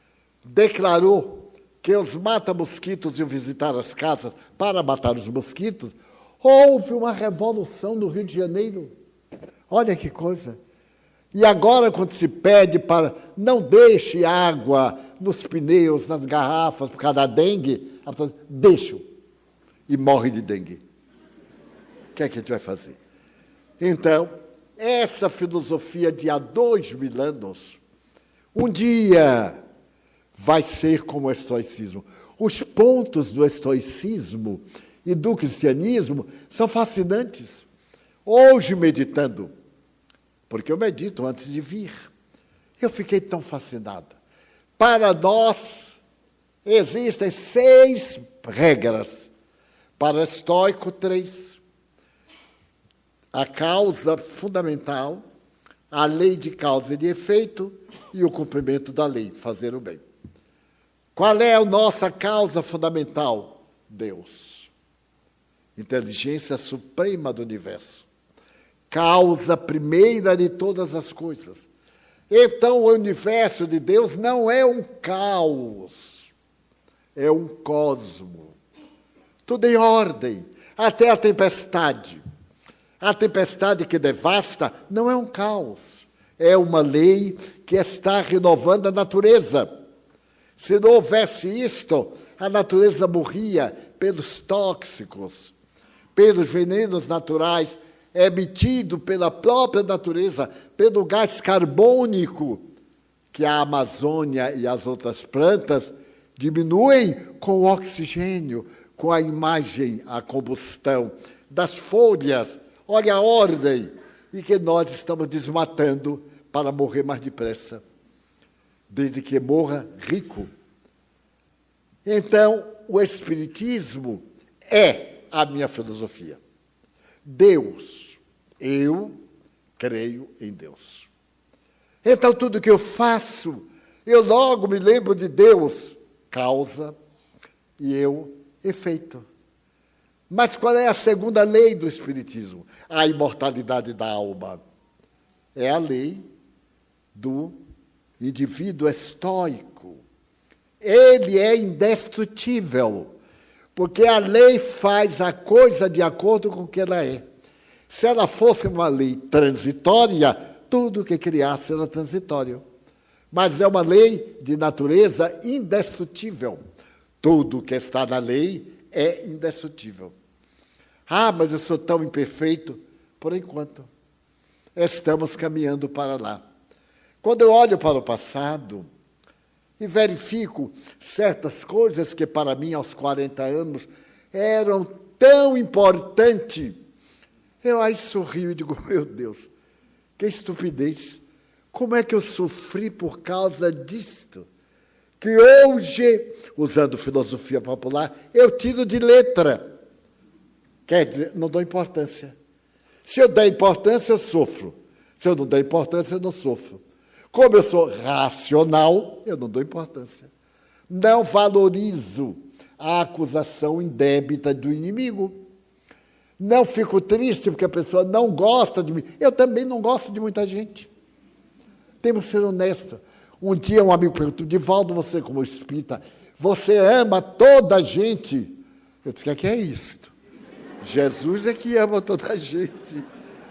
declarou que os mata-mosquitos iam visitar as casas para matar os mosquitos, houve uma revolução no Rio de Janeiro. Olha que coisa. E agora, quando se pede para não deixe água nos pneus, nas garrafas, por causa da dengue, a pessoa diz, deixa, e morre de dengue. O que é que a gente vai fazer? Então, essa filosofia de há 2000 anos, um dia vai ser como o estoicismo. Os pontos do estoicismo e do cristianismo são fascinantes. Hoje, meditando, porque eu medito antes de vir, eu fiquei tão fascinada. Para nós, existem 6 regras. Para estoico, 3. A causa fundamental, a lei de causa e de efeito e o cumprimento da lei, fazer o bem. Qual é a nossa causa fundamental? Deus. Inteligência suprema do universo. causa primeira de todas as coisas. Então, o universo de Deus não é um caos, é um cosmo. Tudo em ordem, até a tempestade. A tempestade que devasta não é um caos, é uma lei que está renovando a natureza. Se não houvesse isto, a natureza morria pelos tóxicos, pelos venenos naturais, emitidos pela própria natureza, pelo gás carbônico que a Amazônia e as outras plantas diminuem com o oxigênio, com a imagem, a combustão das folhas. Olha a ordem, e que nós estamos desmatando para morrer mais depressa, desde que morra rico. Então, o Espiritismo é a minha filosofia. Deus, eu creio em Deus. Então, tudo que eu faço, eu logo me lembro de Deus, causa, e eu, efeito. Mas qual é a segunda lei do Espiritismo? A imortalidade da alma. É a lei do indivíduo estoico. Ele é indestrutível, porque a lei faz a coisa de acordo com o que ela é. Se ela fosse uma lei transitória, tudo que criasse era transitório. Mas é uma lei de natureza indestrutível. Tudo que está na lei é indestrutível. Ah, mas eu sou tão imperfeito. Por enquanto, estamos caminhando para lá. Quando eu olho para o passado e verifico certas coisas que para mim, aos 40 anos, eram tão importantes, eu aí sorrio e digo, meu Deus, que estupidez. Como é que eu sofri por causa disto? Que hoje, usando filosofia popular, eu tiro de letra. Quer dizer, não dou importância. Se eu der importância, eu sofro. Se eu não der importância, eu não sofro. Como eu sou racional, eu não dou importância. Não valorizo a acusação indébita do inimigo. Não fico triste porque a pessoa não gosta de mim. Eu também não gosto de muita gente. Temos que ser honestos. Um dia um amigo perguntou, Divaldo, você como espírita, você ama toda a gente? Eu disse, o que é isso? Jesus é que ama toda a gente.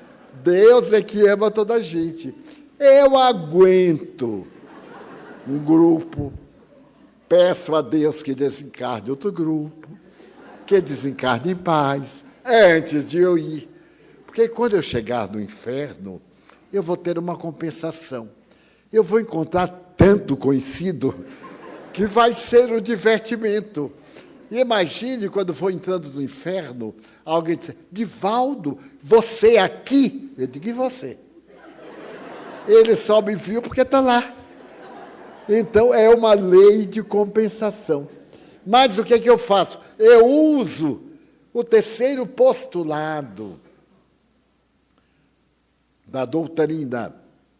Deus é que ama toda a gente. Eu aguento um grupo, peço a Deus que desencarne outro grupo, que desencarne em paz, antes de eu ir. Porque quando eu chegar no inferno, eu vou ter uma compensação. Eu vou encontrar tanto conhecido que vai ser um divertimento. E imagine quando for entrando no inferno, alguém diz, Divaldo, você aqui? Eu digo, e você? Ele só me viu porque está lá. Então, é uma lei de compensação. Mas o que é que eu faço? Eu uso o terceiro postulado da doutrina.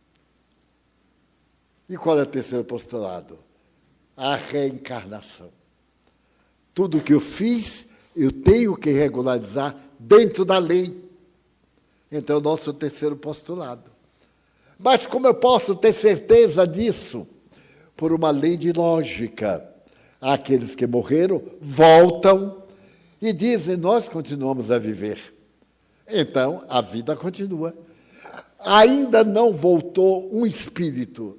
E qual é o terceiro postulado? A reencarnação. Tudo que eu fiz, eu tenho que regularizar dentro da lei. Então, é o nosso terceiro postulado. Mas como eu posso ter certeza disso? Por uma lei de lógica. Aqueles que morreram voltam e dizem, nós continuamos a viver. Então, a vida continua. Ainda não voltou um espírito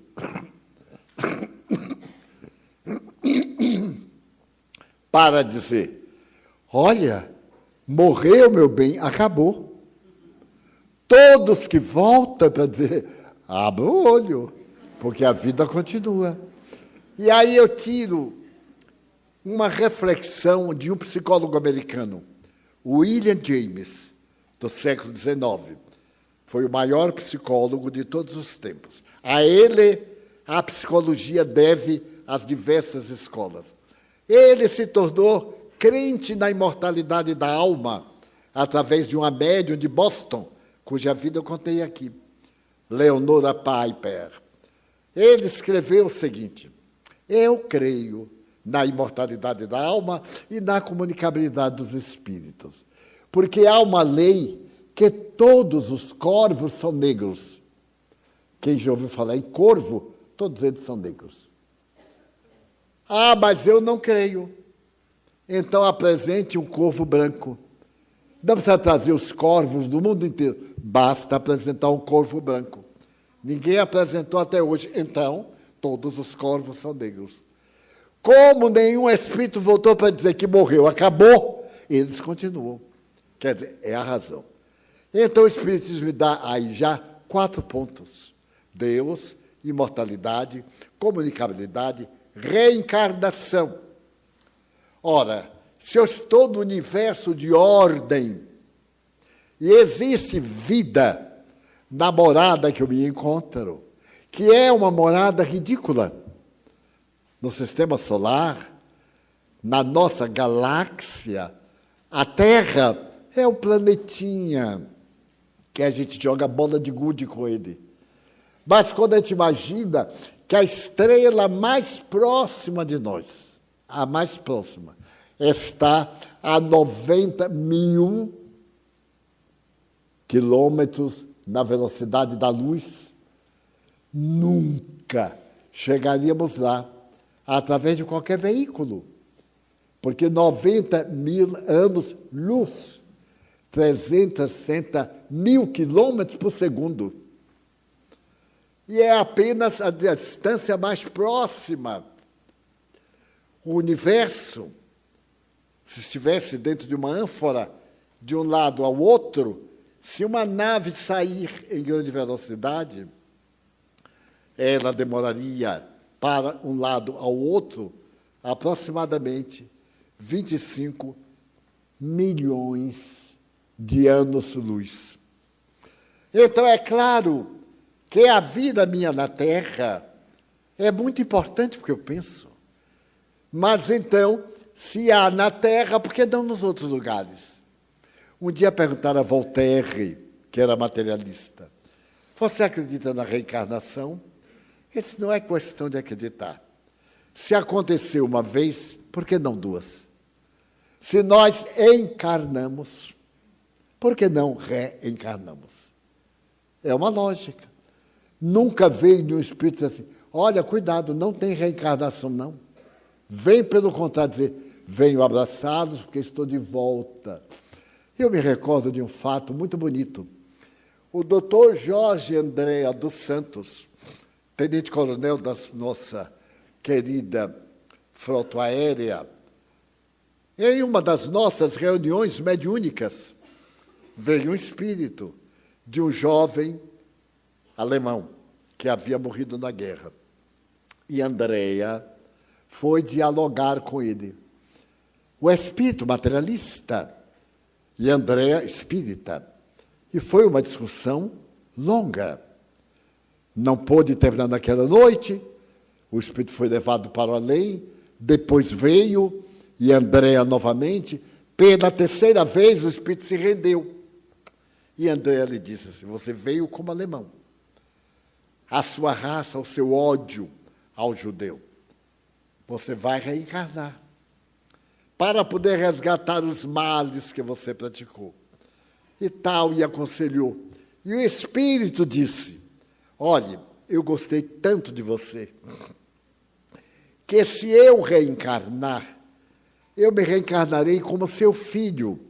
para dizer, olha, morreu, meu bem, acabou. Todos que voltam para dizer, abra o olho, porque a vida continua. E aí eu tiro uma reflexão de um psicólogo americano, William James, do século XIX. Foi o maior psicólogo de todos os tempos. A ele, a psicologia deve às diversas escolas. Ele se tornou crente na imortalidade da alma, através de uma médium de Boston, cuja vida eu contei aqui, Leonora Piper. Ele escreveu o seguinte, eu creio na imortalidade da alma e na comunicabilidade dos espíritos, porque há uma lei que todos os corvos são negros. Quem já ouviu falar em corvo, todos eles são negros. Ah, mas eu não creio. Então apresente um corvo branco. Não precisa trazer os corvos do mundo inteiro. Basta apresentar um corvo branco. Ninguém apresentou até hoje. Então, todos os corvos são negros. Como nenhum espírito voltou para dizer que morreu, acabou, eles continuam. Quer dizer, é a razão. Então o Espiritismo me dá aí já 4 pontos. Deus, imortalidade, comunicabilidade, reencarnação. Ora, se eu estou no universo de ordem e existe vida na morada que eu me encontro, que é uma morada ridícula, no sistema solar, na nossa galáxia, a Terra é um planetinha que a gente joga bola de gude com ele. Mas quando a gente imagina que a estrela mais próxima de nós, a mais próxima, está a 90.000 quilômetros na velocidade da luz, nunca chegaríamos lá através de qualquer veículo, porque 90.000 anos-luz, 360.000 quilômetros por segundo, e é apenas a distância mais próxima. O universo, se estivesse dentro de uma ânfora, de um lado ao outro, se uma nave sair em grande velocidade, ela demoraria para um lado ao outro aproximadamente 25 milhões de anos-luz. Então, é claro que a vida minha na Terra é muito importante, porque eu penso. Mas, então, se há na Terra, por que não nos outros lugares? Um dia perguntaram a Voltaire, que era materialista, você acredita na reencarnação? Ele disse, não é questão de acreditar. Se aconteceu uma vez, por que não 2? Se nós encarnamos, por que não reencarnamos? É uma lógica. Nunca veio de um espírito assim, olha, cuidado, não tem reencarnação, não. Vem, pelo contrário, dizer, venho abraçá-los porque estou de volta. Eu me recordo de um fato muito bonito. O doutor Jorge Andréa dos Santos, tenente-coronel da nossa querida frota aérea, em uma das nossas reuniões mediúnicas, veio um espírito de um jovem alemão que havia morrido na guerra. E Andréa foi dialogar com ele. O espírito materialista e Andréa espírita. E foi uma discussão longa. Não pôde terminar naquela noite, o espírito foi levado para o além, depois veio, e Andréa novamente, pela 3ª vez o espírito se rendeu. E Andréa lhe disse assim, você veio como alemão. A sua raça, o seu ódio ao judeu. Você vai reencarnar para poder resgatar os males que você praticou. E tal, e aconselhou. E o espírito disse, olhe, eu gostei tanto de você, que se eu reencarnar, eu me reencarnarei como seu filho.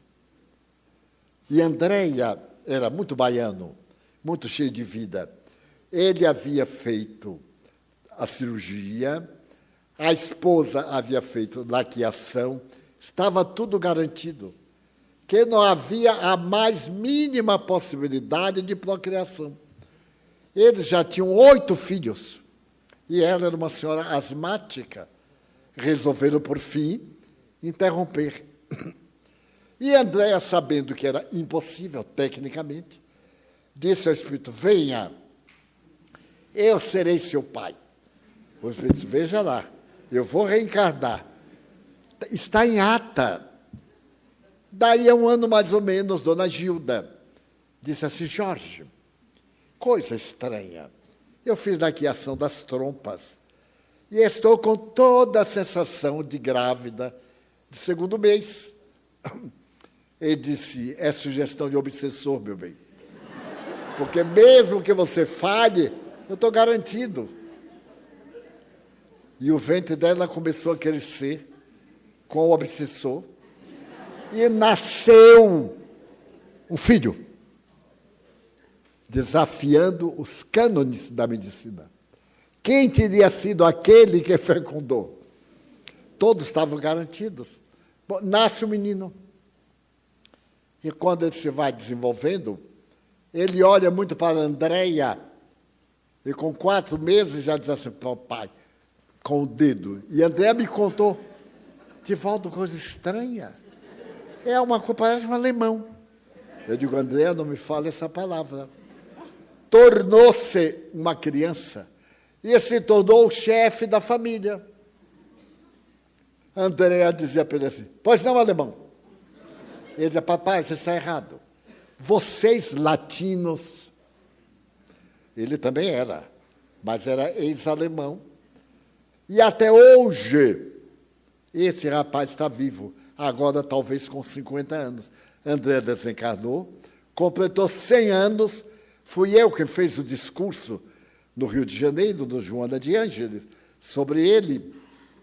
E Andréa era muito baiano, muito cheio de vida. Ele havia feito a cirurgia, a esposa havia feito laqueação, estava tudo garantido, que não havia a mais mínima possibilidade de procriação. Eles já tinham 8 filhos, e ela era uma senhora asmática. Resolveram, por fim, interromper. E Andréa, sabendo que era impossível, tecnicamente, disse ao espírito, venha, eu serei seu pai. O espírito disse, veja lá, eu vou reencarnar. Está em ata. Daí a um ano, mais ou menos, dona Gilda disse assim, Jorge, coisa estranha, eu fiz laqueação das trompas e estou com toda a sensação de grávida de 2º mês. Ele disse, é sugestão de obsessor, meu bem. Porque mesmo que você falhe, eu estou garantido. E o ventre dela começou a crescer com o obsessor. E nasceu um filho, desafiando os cânones da medicina. Quem teria sido aquele que fecundou? Todos estavam garantidos. Bom, nasce o menino. E quando ele se vai desenvolvendo, ele olha muito para Andréia, e com 4 meses já diz assim, papai, com o dedo. E Andréia me contou, de volta coisa estranha. É uma coisa, parece um alemão. Eu digo, Andréia, não me fale essa palavra. Tornou-se uma criança e se tornou o chefe da família. Andréia dizia para ele assim, pois não, alemão. Ele dizia, papai, você está errado. Vocês, latinos, ele também era, mas era ex-alemão. E até hoje, esse rapaz está vivo, agora talvez com 50 anos. André desencarnou, completou 100 anos, fui eu quem fez o discurso no Rio de Janeiro, do Joana de Ângeles, sobre ele.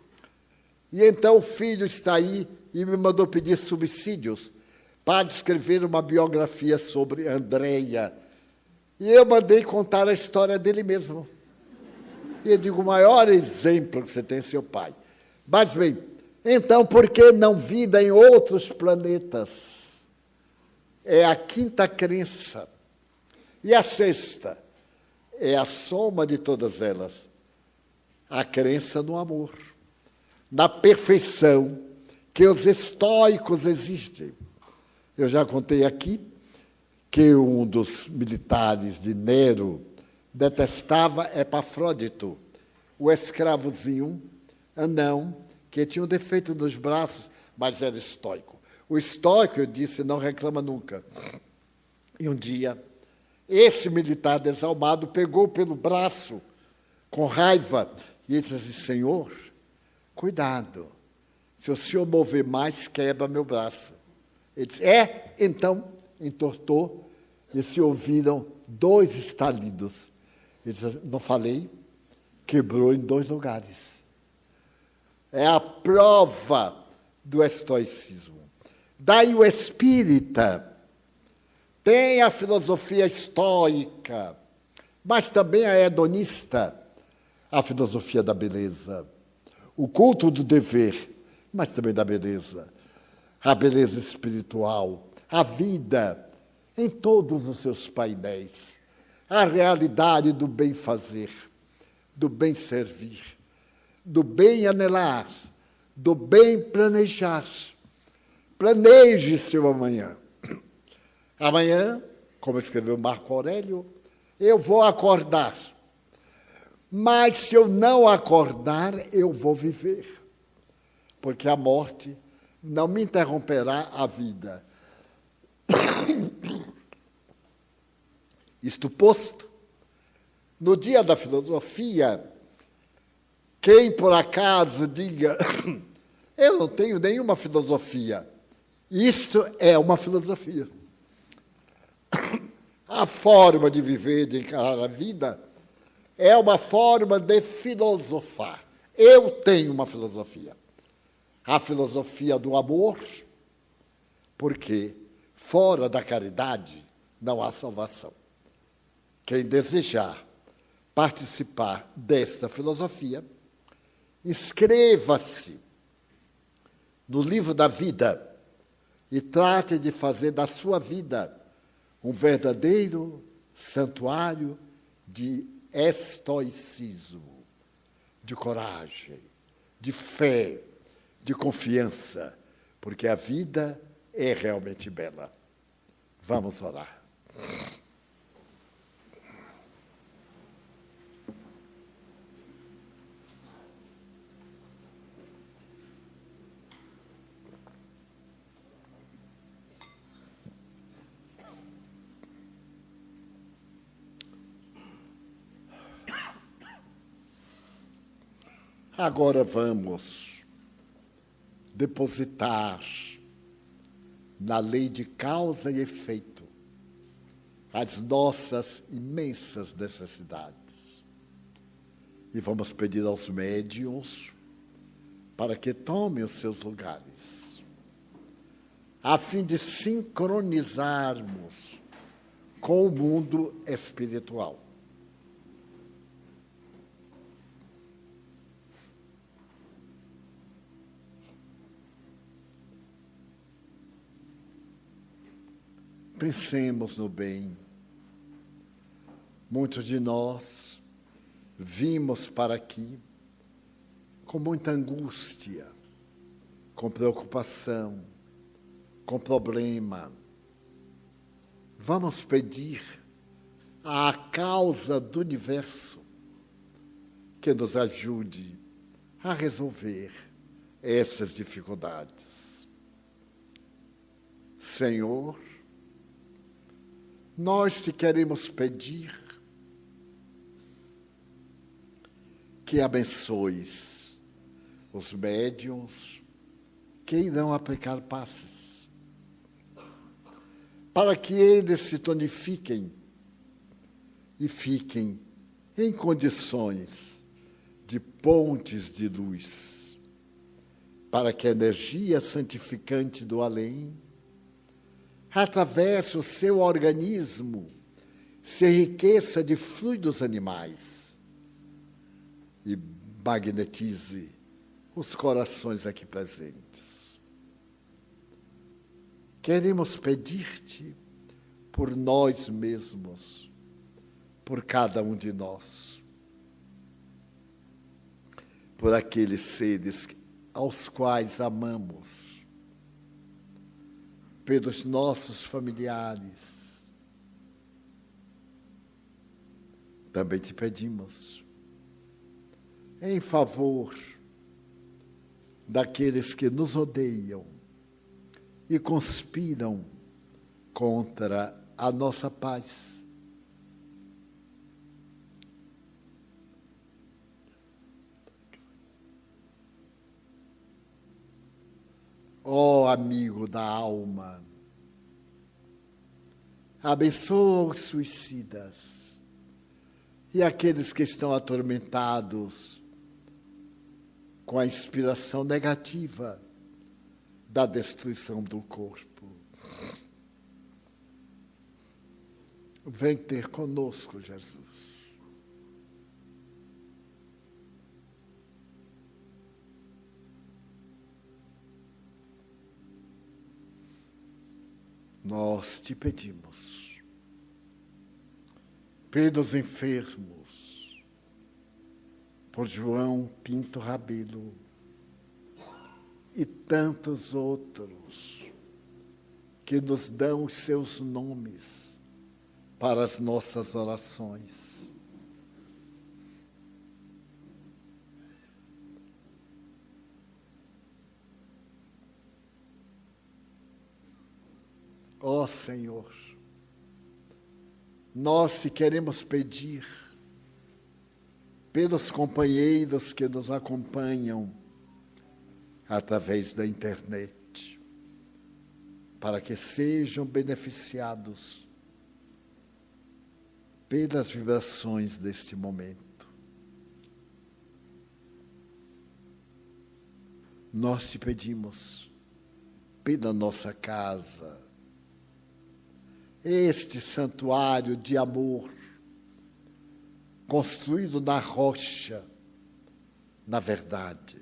E então o filho está aí e me mandou pedir subsídios para escrever uma biografia sobre Andréia. E eu mandei contar a história dele mesmo. E eu digo, o maior exemplo que você tem é seu pai. Mas, bem, então, por que não vida em outros planetas? É a 5ª crença. E a 6ª é a soma de todas elas. A crença no amor, na perfeição que os estoicos exigem. Eu já contei aqui que um dos militares de Nero detestava Epafrodito, o escravozinho anão, que tinha um defeito nos braços, mas era estoico. O estoico, eu disse, não reclama nunca. E um dia, esse militar desalmado pegou pelo braço, com raiva, e ele disse assim, Senhor, cuidado, se o senhor mover mais, quebra meu braço. Ele disse, então, entortou, e se ouviram 2 estalidos. Ele disse, não falei? Quebrou em 2 lugares. É a prova do estoicismo. Daí o espírita tem a filosofia estoica, mas também a hedonista, a filosofia da beleza, o culto do dever, mas também da beleza, a beleza espiritual, a vida em todos os seus painéis, a realidade do bem fazer, do bem servir, do bem anelar, do bem planejar. Planeje seu amanhã. Amanhã, como escreveu Marco Aurélio, eu vou acordar. Mas se eu não acordar, eu vou viver. Porque a morte não me interromperá a vida. Isto posto, no dia da filosofia, quem por acaso diga, eu não tenho nenhuma filosofia, isto é uma filosofia. A forma de viver, de encarar a vida, é uma forma de filosofar. Eu tenho uma filosofia. A filosofia do amor, porque fora da caridade não há salvação. Quem desejar participar desta filosofia, inscreva-se no livro da vida e trate de fazer da sua vida um verdadeiro santuário de estoicismo, de coragem, de fé, de confiança, porque a vida é realmente bela. Vamos orar. Agora vamos depositar na lei de causa e efeito, as nossas imensas necessidades. E vamos pedir aos médiuns para que tomem os seus lugares, a fim de sincronizarmos com o mundo espiritual. Pensemos no bem. Muitos de nós vimos para aqui com muita angústia, com preocupação, com problema. Vamos pedir à causa do universo que nos ajude a resolver essas dificuldades. Senhor, nós te queremos pedir que abençoes os médiuns que irão aplicar passes, para que eles se tonifiquem e fiquem em condições de pontes de luz, para que a energia santificante do além atravesse o seu organismo, se enriqueça de fluidos animais e magnetize os corações aqui presentes. Queremos pedir-te por nós mesmos, por cada um de nós, por aqueles seres aos quais amamos, pelos nossos familiares. Também te pedimos em favor daqueles que nos odeiam e conspiram contra a nossa paz. Ó amigo da alma, abençoa os suicidas e aqueles que estão atormentados com a inspiração negativa da destruição do corpo. Vem ter conosco, Jesus. Nós te pedimos pelos enfermos, por João Pinto Rabelo e tantos outros que nos dão os seus nomes para as nossas orações. Ó Senhor, nós te queremos pedir pelos companheiros que nos acompanham através da internet, para que sejam beneficiados pelas vibrações deste momento. Nós te pedimos pela nossa casa, este santuário de amor, construído na rocha, na verdade.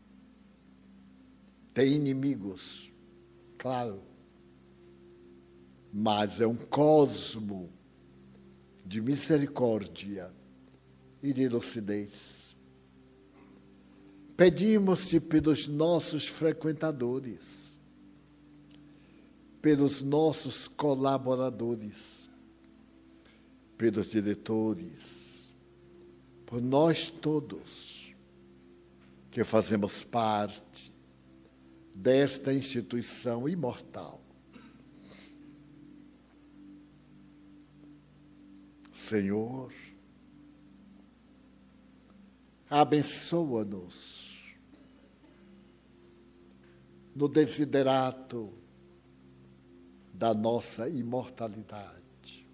Tem inimigos, claro, mas é um cosmo de misericórdia e de lucidez. Pedimos-te pelos nossos frequentadores, pelos nossos colaboradores, pelos diretores, por nós todos que fazemos parte desta instituição imortal. Senhor, abençoa-nos no desiderato da nossa imortalidade.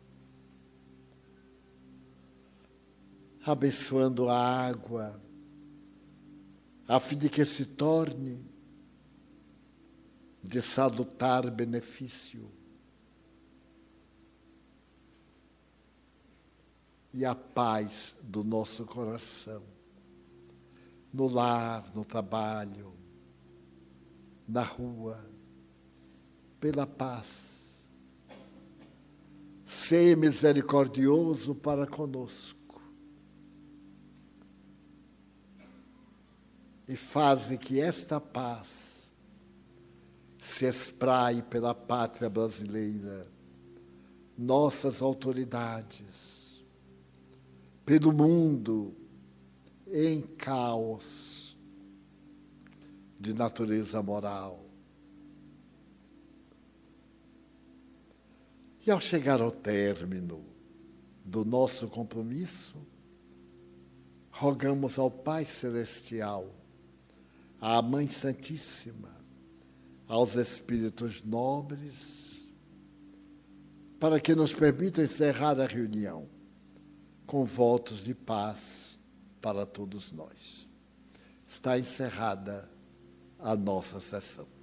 Abençoando a água, a fim de que se torne de salutar benefício. E a paz do nosso coração, no lar, no trabalho, na rua, pela paz. Seja misericordioso para conosco e faze que esta paz se espraie pela pátria brasileira, nossas autoridades, pelo mundo em caos de natureza moral. E ao chegar ao término do nosso compromisso, rogamos ao Pai Celestial, à Mãe Santíssima, aos Espíritos Nobres, para que nos permitam encerrar a reunião com votos de paz para todos nós. Está encerrada a nossa sessão.